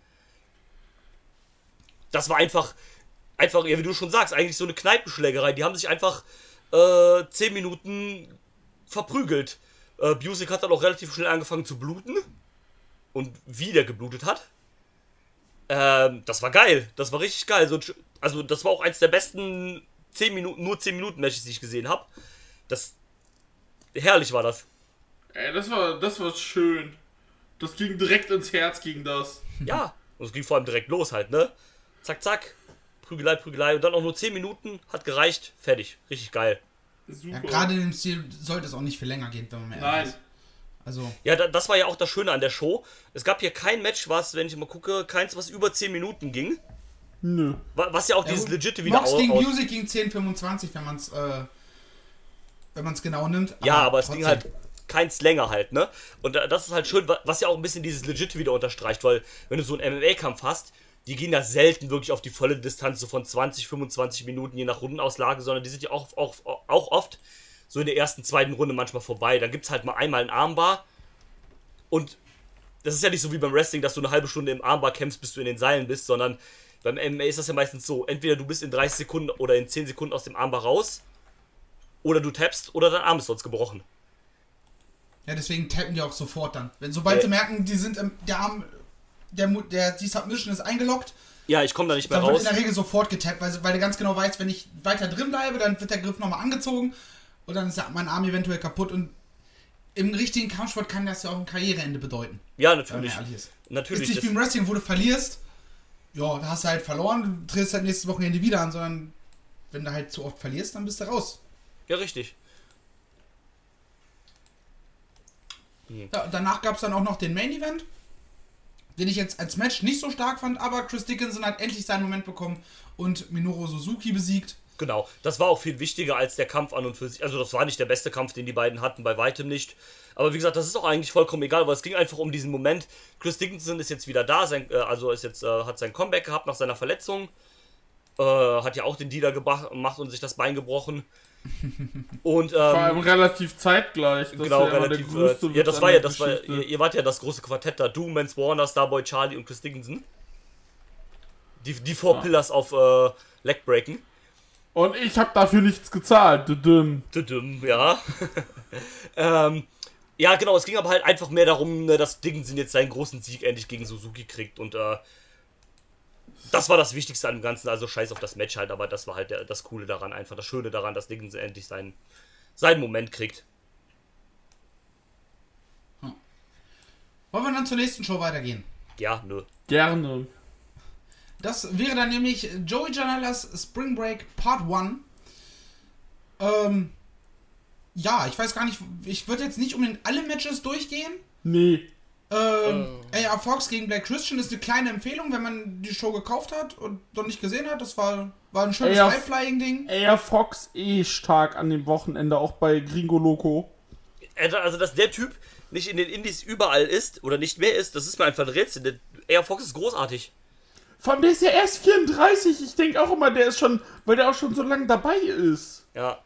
Das war einfach, einfach, ja, wie du schon sagst, eigentlich so eine Kneipenschlägerei. Die haben sich einfach äh, zehn Minuten verprügelt. Äh, Busick hat dann auch relativ schnell angefangen zu bluten. Und wie der geblutet hat. Ähm, das war geil. Das war richtig geil. So, also, das war auch eins der besten zehn Minuten, nur zehn Minuten Matches, die ich gesehen habe. Das. Herrlich war das. Ey, das war, das war schön. Das ging direkt ins Herz, ging das. Ja. Und es ging vor allem direkt los halt, ne? Zack, zack. Prügelei, Prügelei. Und dann auch nur zehn Minuten. Hat gereicht. Fertig. Richtig geil. Super. Ja, gerade in dem Stil sollte es auch nicht viel länger gehen, wenn man mehr Nein. ist. Also, Ja, da, das war ja auch das Schöne an der Show. Es gab hier kein Match, was, wenn ich mal gucke, keins, was über zehn Minuten ging. Nö. Wa- Was ja auch dieses Legit wieder Mox au- gegen aus- Music ging zehn fünfundzwanzig, wenn man es äh, wenn man es genau nimmt. Ja, aber es ging trotzdem. halt keins länger halt, ne? Und da- das ist halt schön, wa- was ja auch ein bisschen dieses Legit wieder unterstreicht, weil wenn du so einen M M A-Kampf hast, die gehen da selten wirklich auf die volle Distanz, so von zwanzig, fünfundzwanzig Minuten, je nach Rundenauslage, sondern die sind ja auch, auch, auch oft so in der ersten, zweiten Runde manchmal vorbei. Dann gibt's halt mal einmal ein Armbar und das ist ja nicht so wie beim Wrestling, dass du eine halbe Stunde im Armbar kämpfst, bis du in den Seilen bist, sondern beim M M A ist das ja meistens so, entweder du bist in dreißig Sekunden oder in zehn Sekunden aus dem Armbar raus oder du tappst oder dein Arm ist sonst gebrochen. Ja, deswegen tappen die auch sofort dann. Wenn, sobald Ja. sie merken, die sind im, der Arm, der, Mu- der, die Submission ist eingeloggt, Ja, ich komme da nicht mehr dann wird raus. in der Regel sofort getappt, weil, weil du ganz genau weißt, wenn ich weiter drin bleibe, dann wird der Griff nochmal angezogen und dann ist mein Arm eventuell kaputt und im richtigen Kampfsport kann das ja auch ein Karriereende bedeuten, Ja, wenn man natürlich. ehrlich ist. Natürlich. Ist nicht das- wie im Wrestling, wo du verlierst, ja, da hast du halt verloren, du trittst halt nächstes Wochenende wieder an, sondern wenn du halt zu oft verlierst, dann bist du raus. Ja, richtig. Ja, danach gab es dann auch noch den Main Event, den ich jetzt als Match nicht so stark fand, aber Chris Dickinson hat endlich seinen Moment bekommen und Minoru Suzuki besiegt. Genau. Das war auch viel wichtiger als der Kampf an und für sich. Also, das war nicht der beste Kampf, den die beiden hatten, bei weitem nicht. Aber wie gesagt, das ist auch eigentlich vollkommen egal, weil es ging einfach um diesen Moment. Chris Dickinson ist jetzt wieder da, sein, äh, also ist jetzt, äh, hat sein Comeback gehabt nach seiner Verletzung. Äh, hat ja auch den Dealer gemacht und sich das Bein gebrochen. Und, ähm, Vor allem relativ zeitgleich. Das genau, ist ja immer relativ. der größte Äh, ja, Witz das an war ja, der das war, Geschichte. ihr, ihr wart ja das große Quartett da. Du, Mance Warner, Starboy Charlie und Chris Dickinson. Die, die Four Ja. Pillars auf äh, Legbreaken. Und ich habe dafür nichts gezahlt. Düdüm. Düdüm, ja. ähm, ja, genau, es ging aber halt einfach mehr darum, ne, dass Dickinson jetzt seinen großen Sieg endlich gegen Suzuki kriegt und äh, das war das Wichtigste an dem Ganzen, also scheiß auf das Match halt, aber das war halt der, das Coole daran, einfach das Schöne daran, dass Dickinson endlich seinen, seinen Moment kriegt. Wollen wir dann zur nächsten Show weitergehen? Ja, nö. Gerne. Das wäre dann nämlich Joey Janela's Spring Break Part eins. Ähm, ja, ich weiß gar nicht, ich würde jetzt nicht unbedingt alle Matches durchgehen. Nee. Ähm, A R Fox gegen Black Christian ist eine kleine Empfehlung, wenn man die Show gekauft hat und noch nicht gesehen hat. Das war, war ein schönes A R High-Flying-Ding. A R Fox eh stark an dem Wochenende, auch bei Gringo Loco. Also, dass der Typ nicht in den Indies überall ist oder nicht mehr ist, das ist mir einfach ein Rätsel. Der A R Fox ist großartig. Vor allem, der ist ja erst vierunddreißig. Ich denke auch immer, der ist schon, weil der auch schon so lange dabei ist. Ja.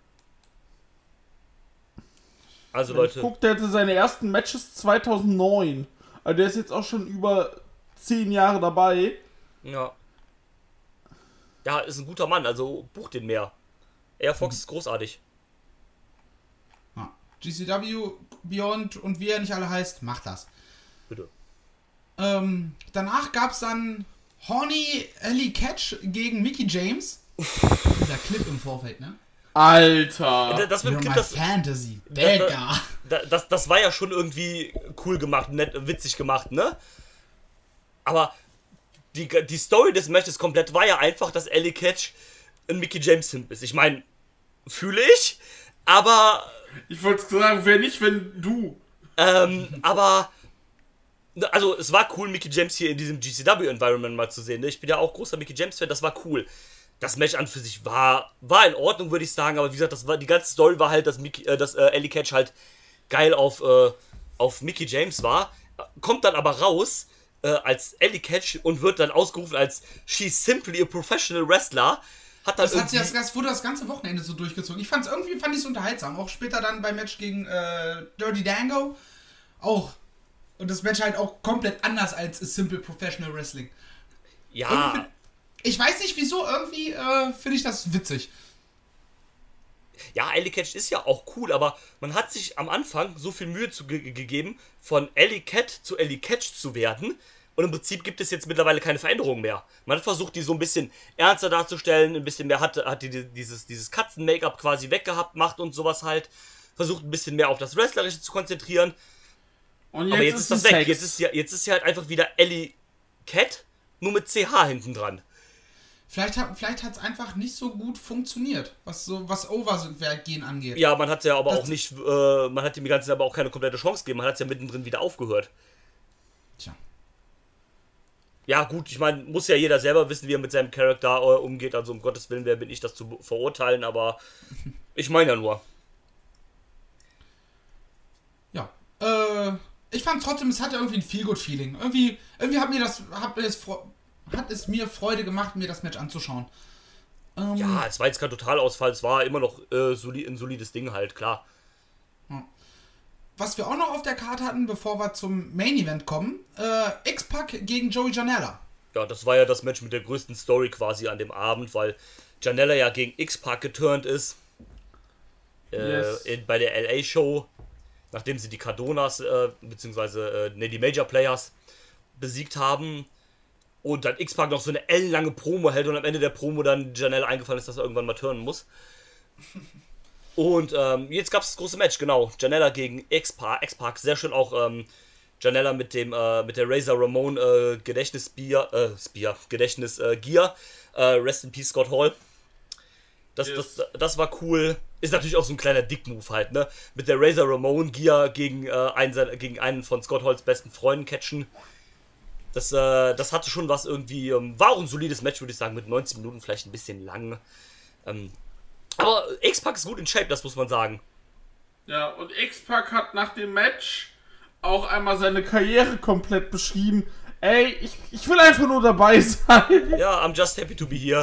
Also, Ich Leute. guck, der hatte seine ersten Matches zweitausendneun. Also der ist jetzt auch schon über zehn Jahre dabei. Ja. Ja, ist ein guter Mann, also bucht den mehr. A R Fox ist großartig. Ja. G C W, Beyond und wie er nicht alle heißt, macht das. Bitte. Ähm, danach gab es dann Horny Ellie Catch gegen Mickey James. Dieser Clip im Vorfeld, ne? Alter. Das mit You're dem Clip, my das, Fantasy. das, Digga. das, das, das war ja schon irgendwie cool gemacht, nett, witzig gemacht, ne? Aber die, die Story des Matches komplett war ja einfach, dass Ellie Catch ein Mickey James Simp ist. Ich meine, fühle ich, aber Ich wollte sagen, wer nicht, wenn du. Ähm, aber Also, es war cool, Mickie James hier in diesem G C W-Environment mal zu sehen. Ne? Ich bin ja auch großer Mickie James-Fan, das war cool. Das Match an für sich war, war in Ordnung, würde ich sagen, aber wie gesagt, das war, die ganze Story war halt, dass, Mickey, äh, dass äh, Ellie Catch halt geil auf, äh, auf Mickie James war. Kommt dann aber raus äh, als Ellie Catch und wird dann ausgerufen als She's simply a professional wrestler. Hat dann das, hat sie das, das wurde das ganze Wochenende so durchgezogen. Ich fand's irgendwie fand ich es unterhaltsam. Auch später dann beim Match gegen äh, Dirty Dango. Auch. Und das Match halt auch komplett anders als Simple Professional Wrestling. Ja. Find, ich weiß nicht wieso, irgendwie äh, finde ich das witzig. Ja, Ellie Catch ist ja auch cool, aber man hat sich am Anfang so viel Mühe zu ge- gegeben, von Ellie Cat zu Ellie Catch zu werden. Und im Prinzip gibt es jetzt mittlerweile keine Veränderung mehr. Man hat versucht, die so ein bisschen ernster darzustellen, ein bisschen mehr hat, hat die dieses, dieses Katzen-Make-up quasi weggehabt, macht und sowas halt. Versucht ein bisschen mehr auf das Wrestlerische zu konzentrieren. Und jetzt aber jetzt ist, ist das es weg. Sex. Jetzt ist, ja, jetzt ist ja halt einfach wieder Ellie Cat, nur mit C H hinten dran. Vielleicht hat vielleicht hat's einfach nicht so gut funktioniert, was so was Overgehen angeht. Ja, man hat ja aber das auch nicht, äh, man hat dem Ganzen aber auch keine komplette Chance gegeben. Man hat es ja mittendrin wieder aufgehört. Tja. Ja, gut, ich meine, muss ja jeder selber wissen, wie er mit seinem Charakter äh, umgeht. Also, um Gottes Willen, wer bin ich, das zu verurteilen, aber ich meine ja nur. Ja. Äh, ich fand trotzdem, es hatte irgendwie ein Feel-Good-Feeling. Irgendwie, irgendwie hat mir das, hat mir das, hat es mir Freude gemacht, mir das Match anzuschauen. Ähm, Ja, es war jetzt kein Totalausfall, es war immer noch äh, soli- ein solides Ding halt, klar. Was wir auch noch auf der Karte hatten, bevor wir zum Main-Event kommen, äh, X-Pac gegen Joey Janela. Ja, das war ja das Match mit der größten Story quasi an dem Abend, weil Janela ja gegen X-Pac geturnt ist. Äh, Yes. in, bei der L A-Show, nachdem sie die Cardonas, äh, beziehungsweise äh, ne, die Major Players besiegt haben. Und dann X-Pac noch so eine ellenlange Promo hält und am Ende der Promo dann Janela eingefallen ist, dass er irgendwann mal turnen muss. Und ähm, jetzt gab es das große Match, genau. Janela gegen X-Pac, X-Pac, sehr schön auch ähm, Janela mit dem äh, mit der Razor Ramon äh, Gedächtnis-Spear, äh, Spear, Gedächtnis-Gear. Äh, Rest in Peace, Scott Hall. Das, Yes. das, das war cool. Ist natürlich auch so ein kleiner Dick-Move halt, ne? Mit der Razor Ramon Gear gegen, äh, einen, seiner- gegen einen von Scott Halls besten Freunden catchen. Das, äh, das hatte schon was irgendwie, ähm, war auch ein solides Match, würde ich sagen, mit neunzig Minuten vielleicht ein bisschen lang. Ähm, aber X-Pac ist gut in Shape, das muss man sagen. Ja, und X-Pac hat nach dem Match auch einmal seine Karriere komplett beschrieben. Ey, ich, ich will einfach nur dabei sein. Ja, I'm just happy to be here.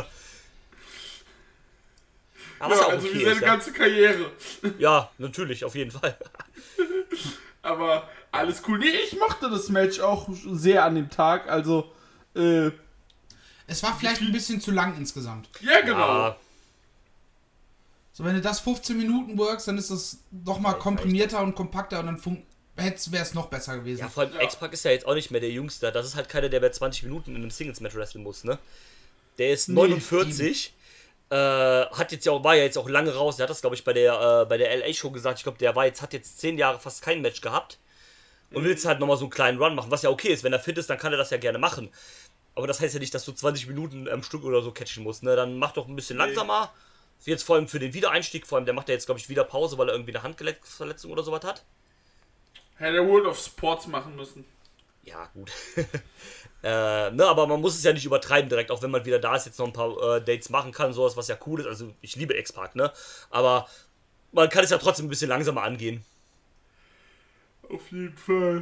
Aber Ja, was ja auch also okay wie seine ist, ja. ganze Karriere. Ja, natürlich, auf jeden Fall. Aber alles cool. Nee, ich mochte das Match auch sehr an dem Tag. Also, äh, Es war vielleicht ein bisschen zu lang insgesamt. ja, genau. Ja, So, wenn du das fünfzehn Minuten workst, dann ist das noch mal komprimierter und kompakter und dann wäre es noch besser gewesen. ja, vor allem X-Pac ist ja jetzt auch nicht mehr der Jüngste. Das ist halt keiner, der bei zwanzig Minuten in einem Singles-Match wresteln muss, ne? Der ist neunundvierzig. Äh, hat jetzt ja auch, war ja jetzt auch lange raus. Der hat das, glaube ich, bei der, äh, bei der L A-Show gesagt. Ich glaube, der war jetzt, hat jetzt zehn Jahre fast kein Match gehabt. Und will jetzt halt nochmal so einen kleinen Run machen, was ja okay ist. Wenn er fit ist, dann kann er das ja gerne machen. Aber das heißt ja nicht, dass du zwanzig Minuten am Stück oder so catchen musst, ne? Dann mach doch ein bisschen langsamer. Jetzt vor allem für den Wiedereinstieg, vor allem, der macht ja jetzt, glaube ich, wieder Pause, weil er irgendwie eine Handgelenksverletzung oder sowas hat. Hätte er World of Sports machen müssen. Ja, gut. äh, ne, aber man muss es ja nicht übertreiben direkt, auch wenn man wieder da ist, jetzt noch ein paar äh, Dates machen kann, sowas, was ja cool ist. Also, ich liebe X-Pac, ne? Aber man kann es ja trotzdem ein bisschen langsamer angehen. Auf jeden Fall.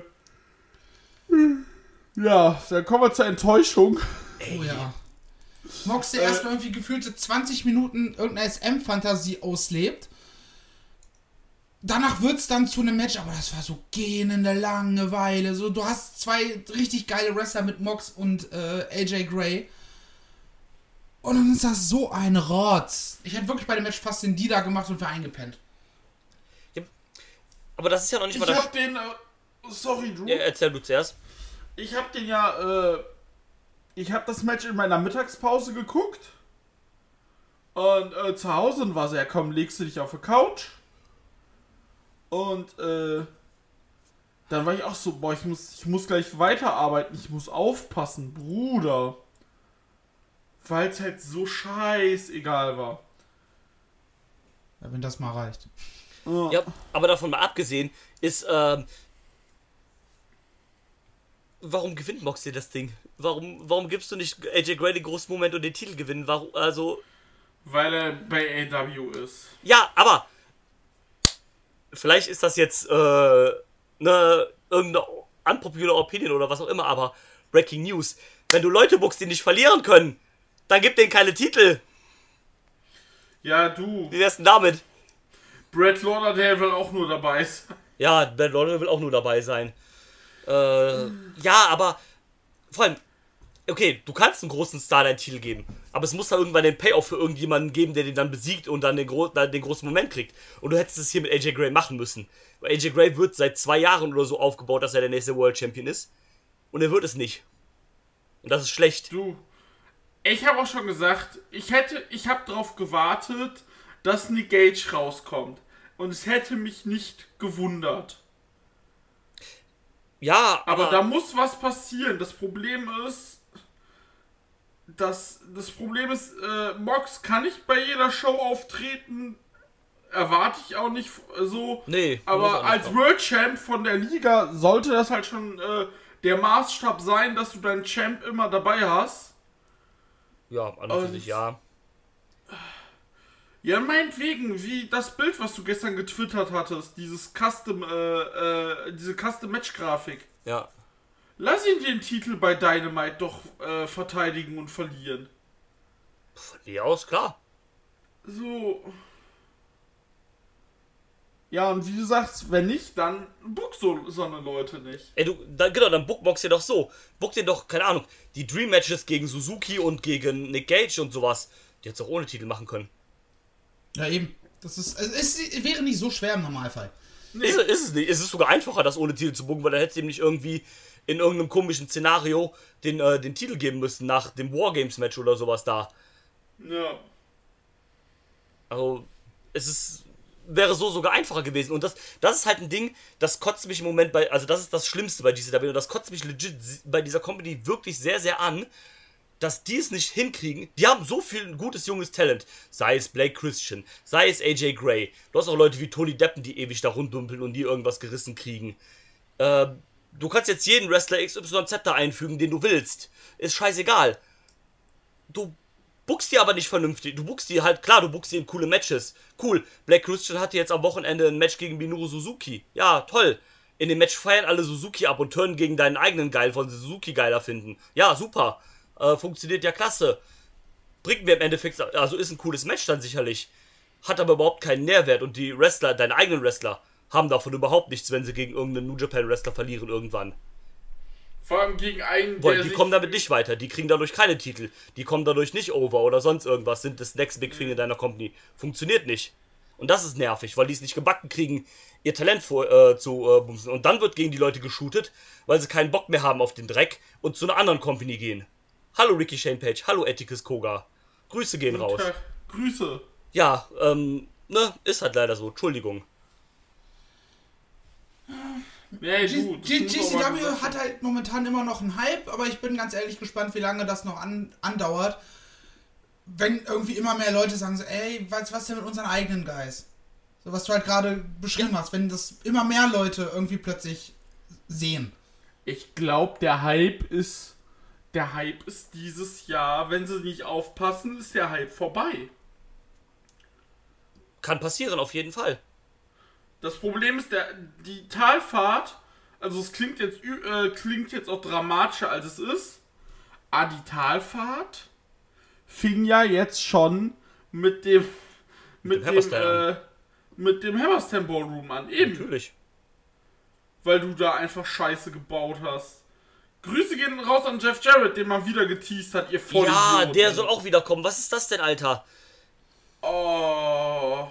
Ja, dann kommen wir zur Enttäuschung. Oh ja. Mox, der erstmal irgendwie gefühlte zwanzig Minuten irgendeine S M-Fantasie auslebt. Danach wird's dann zu einem Match, aber das war so gähnende Langeweile. So, du hast zwei richtig geile Wrestler mit Mox und äh, A J Gray. Und dann ist das so ein Rotz. Ich hätte wirklich bei dem Match fast den Dida gemacht und wäre eingepennt. Aber das ist ja noch nicht Ich mal das. hab den, äh, sorry, Drew. Ja, erzähl du zuerst. Ich hab den ja, äh, ich hab das Match in meiner Mittagspause geguckt. Und äh, zu Hause war so, ja komm, legst du dich auf die Couch. Und äh, dann war ich auch so, boah, ich muss, ich muss gleich weiterarbeiten, ich muss aufpassen, Bruder. Weil es halt so scheißegal war. Ja, wenn das mal reicht. Ja, aber davon mal abgesehen, ist, ähm, warum gewinnt Moxley das Ding? Warum, warum gibst du nicht A J Gray den großen Moment und den Titel gewinnen? Warum, also... Weil er bei A E W ist. Ja, aber... Vielleicht ist das jetzt, äh, ne, irgendeine unpopular Opinion oder was auch immer, aber Breaking News. Wenn du Leute bookst, die nicht verlieren können, dann gib denen keine Titel. Ja, du. Wie wär's denn damit? Brett Lauderdale will auch nur dabei sein. Ja, Brett Lauderdale will auch nur dabei sein. Äh, ja, aber vor allem, okay, du kannst einen großen Star deinen Titel geben, aber es muss da irgendwann den Payoff für irgendjemanden geben, der den dann besiegt und dann den, gro- dann den großen Moment kriegt. Und du hättest es hier mit A J Gray machen müssen. Weil A J Gray wird seit zwei Jahren oder so aufgebaut, dass er der nächste World Champion ist. Und er wird es nicht. Und das ist schlecht. Du, ich habe auch schon gesagt, ich hätte, ich habe darauf gewartet, dass Nick Gage rauskommt. Und es hätte mich nicht gewundert. Ja, Aber aber... da muss was passieren. Das Problem ist, dass das Problem ist, äh, Mox kann nicht bei jeder Show auftreten. Erwarte ich auch nicht so. Nee, muss auch aber nicht als kommen. World Champ von der Liga sollte das halt schon äh, der Maßstab sein, dass du deinen Champ immer dabei hast. Ja, an und für Und- sich ja. Ja, meinetwegen, wie das Bild, was du gestern getwittert hattest, dieses Custom, äh, äh, diese Custom-Match-Grafik. Ja. Lass ihn den Titel bei Dynamite doch äh, verteidigen und verlieren. Von mir aus, klar. So. Ja, und wie du sagst, wenn nicht, dann book so, so eine Leute nicht. Ey, du, dann, genau, dann bookbox dir doch so. Book dir doch, keine Ahnung, die Dream Matches gegen Suzuki und gegen Nick Gage und sowas. Die hättest du auch ohne Titel machen können. Ja, eben. Das ist, also es wäre nicht so schwer im Normalfall. Nee. Ist, ist es nicht. Es ist sogar einfacher, das ohne Titel zu booken, weil dann hättest du ihm nicht irgendwie in irgendeinem komischen Szenario den, äh, den Titel geben müssen, nach dem Wargames-Match oder sowas da. Ja. Also, es ist, wäre so sogar einfacher gewesen. Und das, das ist halt ein Ding, das kotzt mich im Moment bei, also das ist das Schlimmste bei G C W. Und das kotzt mich legit bei dieser Company wirklich sehr, sehr an, dass die es nicht hinkriegen. Die haben so viel gutes junges Talent. Sei es Blake Christian, sei es A J Gray. Du hast auch Leute wie Tony Deppen, die ewig da runddumpeln und die irgendwas gerissen kriegen. Äh, du kannst jetzt jeden Wrestler X Y Z da einfügen, den du willst. Ist scheißegal. Du buchst die aber nicht vernünftig. Du buchst die halt, klar, du buchst die in coole Matches. Cool, Blake Christian hatte jetzt am Wochenende ein Match gegen Minoru Suzuki. Ja, toll. In dem Match feiern alle Suzuki ab und turnen gegen deinen eigenen Geil, weil sie Suzuki geiler finden. Ja, super. Äh, funktioniert ja klasse. Bringt mir im Endeffekt, also ist ein cooles Match dann sicherlich. Hat aber überhaupt keinen Nährwert und die Wrestler, deine eigenen Wrestler, haben davon überhaupt nichts, wenn sie gegen irgendeinen New Japan Wrestler verlieren irgendwann. Vor allem gegen einen, Weil der die sich kommen damit nicht weiter, die kriegen dadurch keine Titel, die kommen dadurch nicht over oder sonst irgendwas, sind das Next Big Thing in deiner Company. Funktioniert nicht. Und das ist nervig, weil die es nicht gebacken kriegen, ihr Talent vor, äh, zu äh, bumsen. Und dann wird gegen die Leute geshootet, weil sie keinen Bock mehr haben auf den Dreck und zu einer anderen Company gehen. Hallo Ricky Shane Page, hallo Atticus Koga. Grüße gehen raus. Tag. Grüße. Ja, ähm, ne, ist halt leider so, Entschuldigung. Nee, du, das G muss C aber W gesagt hat halt momentan immer noch einen Hype, aber ich bin ganz ehrlich gespannt, wie lange das noch an, andauert. Wenn irgendwie immer mehr Leute sagen so, ey, was, was denn mit unseren eigenen Guys? So, was du halt gerade beschrieben Ja. hast, wenn das immer mehr Leute irgendwie plötzlich sehen. Ich glaube, der Hype ist, der Hype ist dieses Jahr, wenn sie nicht aufpassen, ist der Hype vorbei. Kann passieren, auf jeden Fall. Das Problem ist, der, die Talfahrt, also es klingt jetzt, ü- äh, klingt jetzt auch dramatischer als es ist, aber die Talfahrt fing ja jetzt schon mit dem, mit dem dem, Hammerstein äh, mit dem Hammerstein Ballroom an, eben. Natürlich. Weil du da einfach Scheiße gebaut hast. Grüße gehen raus an Jeff Jarrett, den man wieder geteased hat, ihr Vollidioten. Ja, der soll auch wiederkommen. Was ist das denn, Alter? Oh.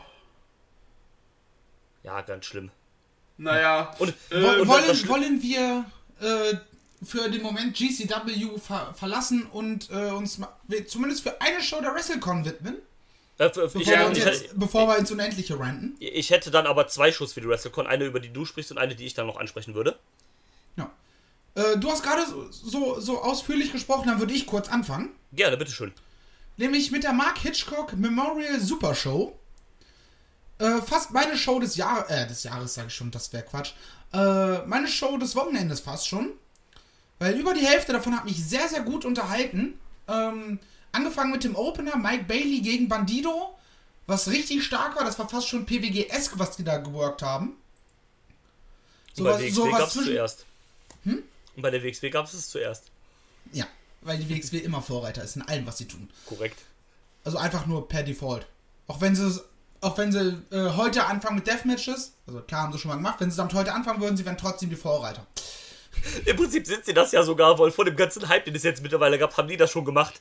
Ja, ganz schlimm. Naja. Und, äh, Wo- und wollen, das Schli- wollen wir äh, für den Moment G C W ver verlassen und äh, uns ma- wir- zumindest für eine Show der WrestleCon widmen? äh, für- Bevor, ich, wir, ich, uns ich, jetzt, bevor wir ins Unendliche ranten. ich hätte dann aber zwei Shows für die WrestleCon. Eine, über die du sprichst und eine, die ich dann noch ansprechen würde. Ja. Äh, du hast gerade so, so, so ausführlich gesprochen, dann würde ich kurz anfangen. Gerne, bitteschön. Nämlich mit der Mark Hitchcock Memorial Super Show. Äh, fast meine Show des Jahres, äh, des Jahres sage ich schon, das wäre Quatsch. Äh, meine Show des Wochenendes fast schon. Weil über die Hälfte davon hat mich sehr, sehr gut unterhalten. Ähm, angefangen mit dem Opener, Mike Bailey gegen Bandido, was richtig stark war. Das war fast schon P W G-esk, was die da geworkt haben. So bei was, W X W gab es zwischen... zuerst. Hm? Und bei der W X W gab es es zuerst. Ja, weil die W X W immer Vorreiter ist in allem, was sie tun. Korrekt. Also einfach nur per Default. Auch wenn sie auch wenn sie äh, heute anfangen mit Deathmatches, also klar haben sie schon mal gemacht, wenn sie damit heute anfangen würden, sie wären trotzdem die Vorreiter. Im Prinzip sind sie das ja sogar, weil vor dem ganzen Hype, den es jetzt mittlerweile gab, haben die das schon gemacht.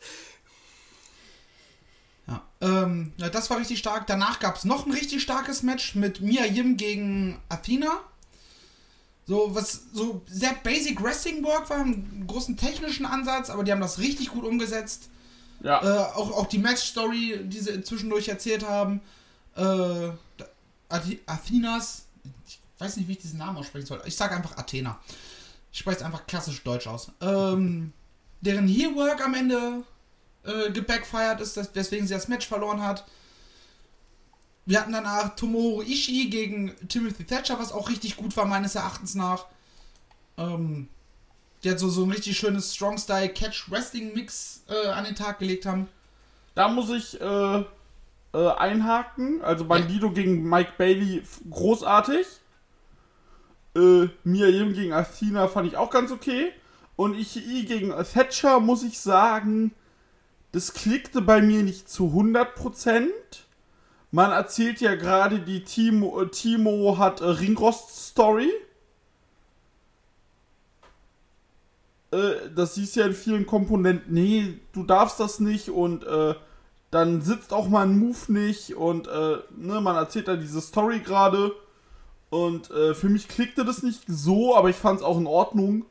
Ja, ähm, ja, das war richtig stark. Danach gab es noch ein richtig starkes Match mit Mia Yim gegen Athena. So, was so sehr basic Wrestling Work war, einen großen technischen Ansatz, aber die haben das richtig gut umgesetzt. Ja. Äh, auch, auch die Match-Story, die sie zwischendurch erzählt haben. Äh, Athenas, ich weiß nicht, wie ich diesen Namen aussprechen soll. Ich sage einfach Athena. Ich spreche es einfach klassisch deutsch aus. Ähm, deren Heel-Work am Ende äh, gebackfired ist, weswegen sie das Match verloren hat. Wir hatten danach Tomohiro Ishii gegen Timothy Thatcher, was auch richtig gut war, meines Erachtens nach. Ähm, die hat so, so ein richtig schönes Strong-Style-Catch-Wrestling-Mix äh, an den Tag gelegt haben. Da muss ich äh, äh, einhaken. Also Bandido ja. gegen Mike Bailey großartig. Äh, Mia Yim gegen Athena fand ich auch ganz okay. Und Ishii gegen Thatcher muss ich sagen, das klickte bei mir nicht zu hundert Prozent. Man erzählt ja gerade, die Timo, Timo hat äh, Ringrost-Story. Äh, das siehst du ja in vielen Komponenten. Nee, du darfst das nicht und äh, dann sitzt auch mal ein Move nicht und äh, ne, man erzählt da diese Story gerade. Und äh, für mich klickte das nicht so, aber ich fand es auch in Ordnung.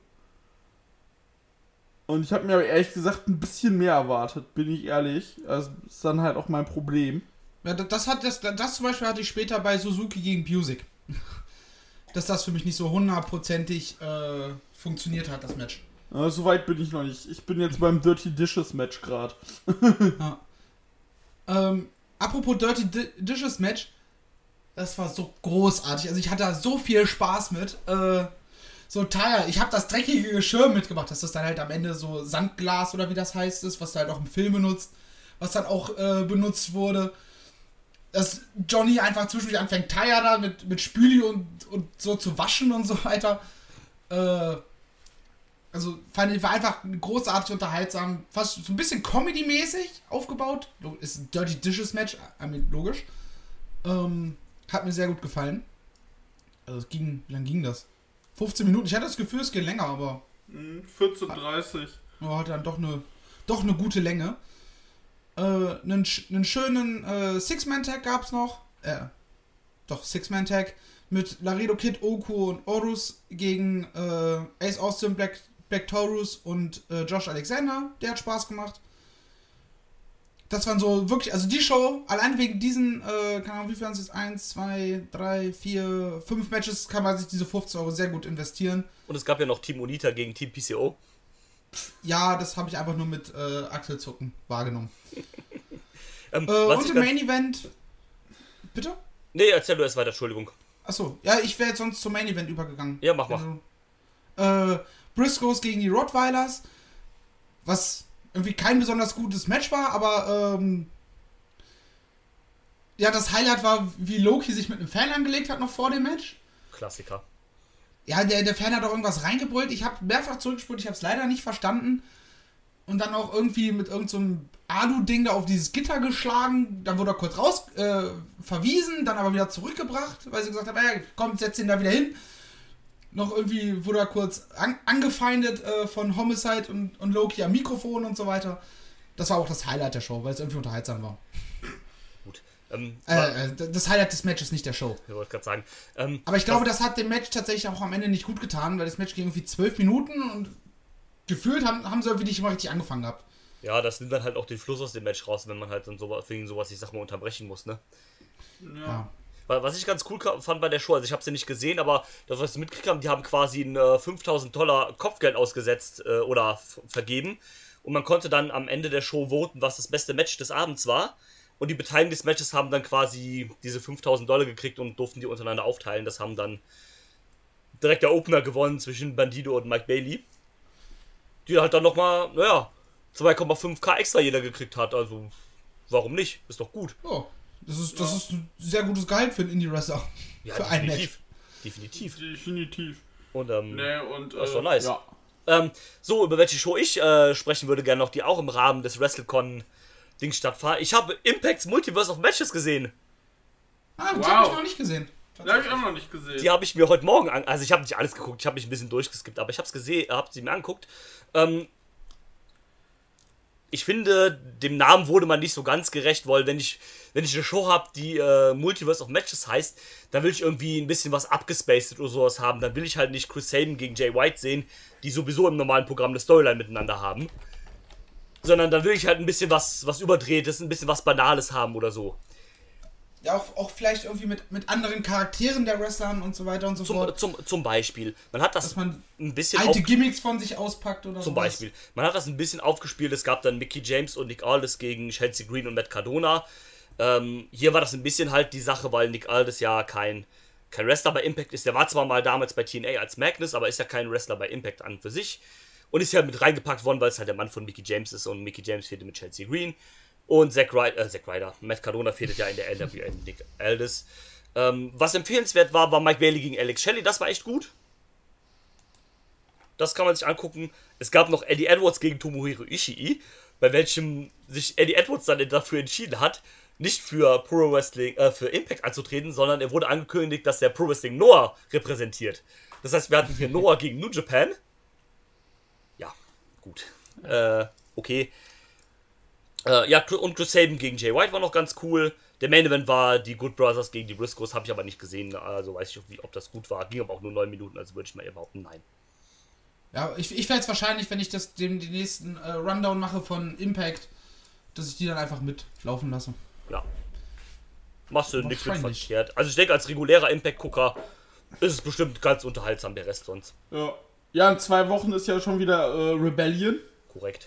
Und ich habe mir aber ehrlich gesagt ein bisschen mehr erwartet, bin ich ehrlich. Also ist dann halt auch mein Problem. Ja, das hat das, das zum Beispiel hatte ich später bei Suzuki gegen Busick. Dass das für mich nicht so hundertprozentig äh, funktioniert hat, das Match. Ja, so weit bin ich noch nicht. Ich bin jetzt beim Dirty Dishes Match gerade. Ja. Ähm, apropos Dirty Dishes Match, das war so großartig. Also ich hatte da so viel Spaß mit. Äh, so Taya, ich habe das dreckige Geschirr mitgebracht. Das ist dann halt am Ende so Sandglas oder wie das heißt ist, was du halt auch im Film benutzt. Was dann auch äh, benutzt wurde. Dass Johnny einfach zwischendurch anfängt, Taya da mit, mit Spüli und, und so zu waschen und so weiter. Äh, also fand ich, war einfach großartig unterhaltsam. Fast so ein bisschen Comedy-mäßig aufgebaut. Ist ein Dirty Dishes Match, I mean, logisch. Ähm, hat mir sehr gut gefallen. Also es ging, wie lang ging das? fünfzehn Minuten. Ich hatte das Gefühl, es geht länger, aber... vierzehn Uhr dreißig. Ja, hat dann doch eine, doch eine gute Länge. Äh, einen, einen schönen äh, Six-Man-Tag gab's noch. Äh, doch, Six-Man-Tag. Mit Laredo Kid, Oku und Orus gegen äh, Ace Austin, Black, Black Taurus und äh, Josh Alexander. Der hat Spaß gemacht. Das waren so wirklich, also die Show, allein wegen diesen, äh, keine Ahnung, wie viel waren es jetzt? eins, zwei, drei, vier, fünf Matches kann man sich diese fünfzehn Euro sehr gut investieren. Und es gab ja noch Team Onita gegen Team P C O. Ja, das habe ich einfach nur mit äh, Achselzucken wahrgenommen. ähm, äh, und im Main Event. Bitte? Nee, erzähl du erst weiter, Entschuldigung. Achso, ja, ich wäre jetzt sonst zum Main Event übergegangen. Ja, mach mal. Also, äh, Briscoes gegen die Rottweilers. Was irgendwie kein besonders gutes Match war, aber ähm, ja, das Highlight war, wie Loki sich mit einem Fan angelegt hat noch vor dem Match. Klassiker. Ja, der, der Fan hat auch irgendwas reingebrüllt. Ich habe mehrfach zurückgespult, ich habe es leider nicht verstanden. Und dann auch irgendwie mit irgendeinem so Alu-Ding da auf dieses Gitter geschlagen. Dann wurde er kurz raus äh, verwiesen, dann aber wieder zurückgebracht, weil sie gesagt haben, ey, komm, setz ihn da wieder hin. Noch irgendwie wurde er kurz an, angefeindet äh, von Homicide und, und Loki am Mikrofon und so weiter. Das war auch das Highlight der Show, weil es irgendwie unterhaltsam war. Gut. Ähm, äh, äh, das Highlight des Matches, nicht der Show. Ich wollte gerade sagen. Ähm, aber ich glaube, das hat dem Match tatsächlich auch am Ende nicht gut getan, weil das Match ging irgendwie zwölf Minuten und gefühlt haben, haben sie irgendwie nicht mal richtig angefangen gehabt. Ja, das nimmt dann halt auch den Fluss aus dem Match raus, wenn man halt dann sowas, wegen sowas, ich sag mal, unterbrechen muss, ne? Ja. Was ich ganz cool fand bei der Show, also ich habe sie nicht gesehen, aber das, was ich mitgekriegt habe, die haben quasi ein äh, fünftausend Dollar Kopfgeld ausgesetzt äh, oder f- vergeben und man konnte dann am Ende der Show voten, was das beste Match des Abends war und die Beteiligten des Matches haben dann quasi diese fünftausend Dollar gekriegt und durften die untereinander aufteilen. Das haben dann direkt der Opener gewonnen zwischen Bandido und Mike Bailey. die halt dann nochmal, naja, zwei Komma fünf K extra jeder gekriegt hat. Also, warum nicht? Ist doch gut. Ja, das ist, das ja. ist ein sehr gutes Gehalt für einen Indie-Wrestler. Ja, für ein Match. Definitiv. Definitiv. Und, ähm, nee, und, das ist äh, doch nice. Ja. Ähm, so, über welche Show ich äh, sprechen würde gerne noch, die auch im Rahmen des WrestleCon-Dings stattfand. Ich habe Impact's Multiverse of Matches gesehen. Ah, das Wow. habe ich noch nicht gesehen. Die habe ich auch noch nicht gesehen. Die habe ich mir heute Morgen an... Also ich habe nicht alles geguckt, ich habe mich ein bisschen durchgeskippt, aber ich habe es gesehen, habe sie mir angeguckt. Ähm, ich finde, dem Namen wurde man nicht so ganz gerecht, weil wenn ich, wenn ich eine Show habe, die äh, Multiverse of Matches heißt, dann will ich irgendwie ein bisschen was abgespaced oder sowas haben. Dann will ich halt nicht Chris Sabin gegen Jay White sehen, die sowieso im normalen Programm eine Storyline miteinander haben. Sondern dann will ich halt ein bisschen was, was Überdrehtes, ein bisschen was Banales haben oder so. Ja, auch, auch vielleicht irgendwie mit, mit anderen Charakteren der Wrestlern und so weiter und so Zum, fort. zum, zum Beispiel. Man hat das Dass man ein bisschen alte auf, Gimmicks von sich auspackt oder so. Zum Beispiel. Man hat das ein bisschen aufgespielt. Es gab dann Mickie James und Nick Aldis gegen Chelsea Green und Matt Cardona. Ähm, hier war das ein bisschen halt die Sache, weil Nick Aldis ja kein, kein Wrestler bei Impact ist. Der war zwar mal damals bei T N A als Magnus, aber ist ja kein Wrestler bei Impact an für sich. Und ist ja mit reingepackt worden, weil es halt der Mann von Mickie James ist und Mickie James fehlte mit Chelsea Green. Und Zack Ryder, äh, Zack Ryder, Matt Cardona fehlt ja in der N W A, Nick Aldis. Ähm, was empfehlenswert war, war Mike Bailey gegen Alex Shelley. Das war echt gut. Das kann man sich angucken. Es gab noch Eddie Edwards gegen Tomohiro Ishii, bei welchem sich Eddie Edwards dann dafür entschieden hat, nicht für Pro Wrestling, äh, für Impact anzutreten, sondern er wurde angekündigt, dass der Pro Wrestling Noah repräsentiert. Das heißt, wir hatten hier Noah gegen New Japan. Ja, gut. Äh, okay. Äh, ja, und Chris Sabin gegen Jay White war noch ganz cool. Der Main Event war die Good Brothers gegen die Briscoes, habe ich aber nicht gesehen, also weiß ich nicht, ob das gut war. Ging aber auch nur neun Minuten, also würde ich mal eher behaupten, nein. Ja, ich, ich werde es wahrscheinlich, wenn ich das dem die nächsten äh, Rundown mache von Impact, dass ich die dann einfach mitlaufen lasse. Ja. Machst du nichts mit verkehrt. Also ich denke, als regulärer Impact-Gucker ist es bestimmt ganz unterhaltsam, der Rest sonst. Ja. Ja, in zwei Wochen ist ja schon wieder äh, Rebellion. Korrekt.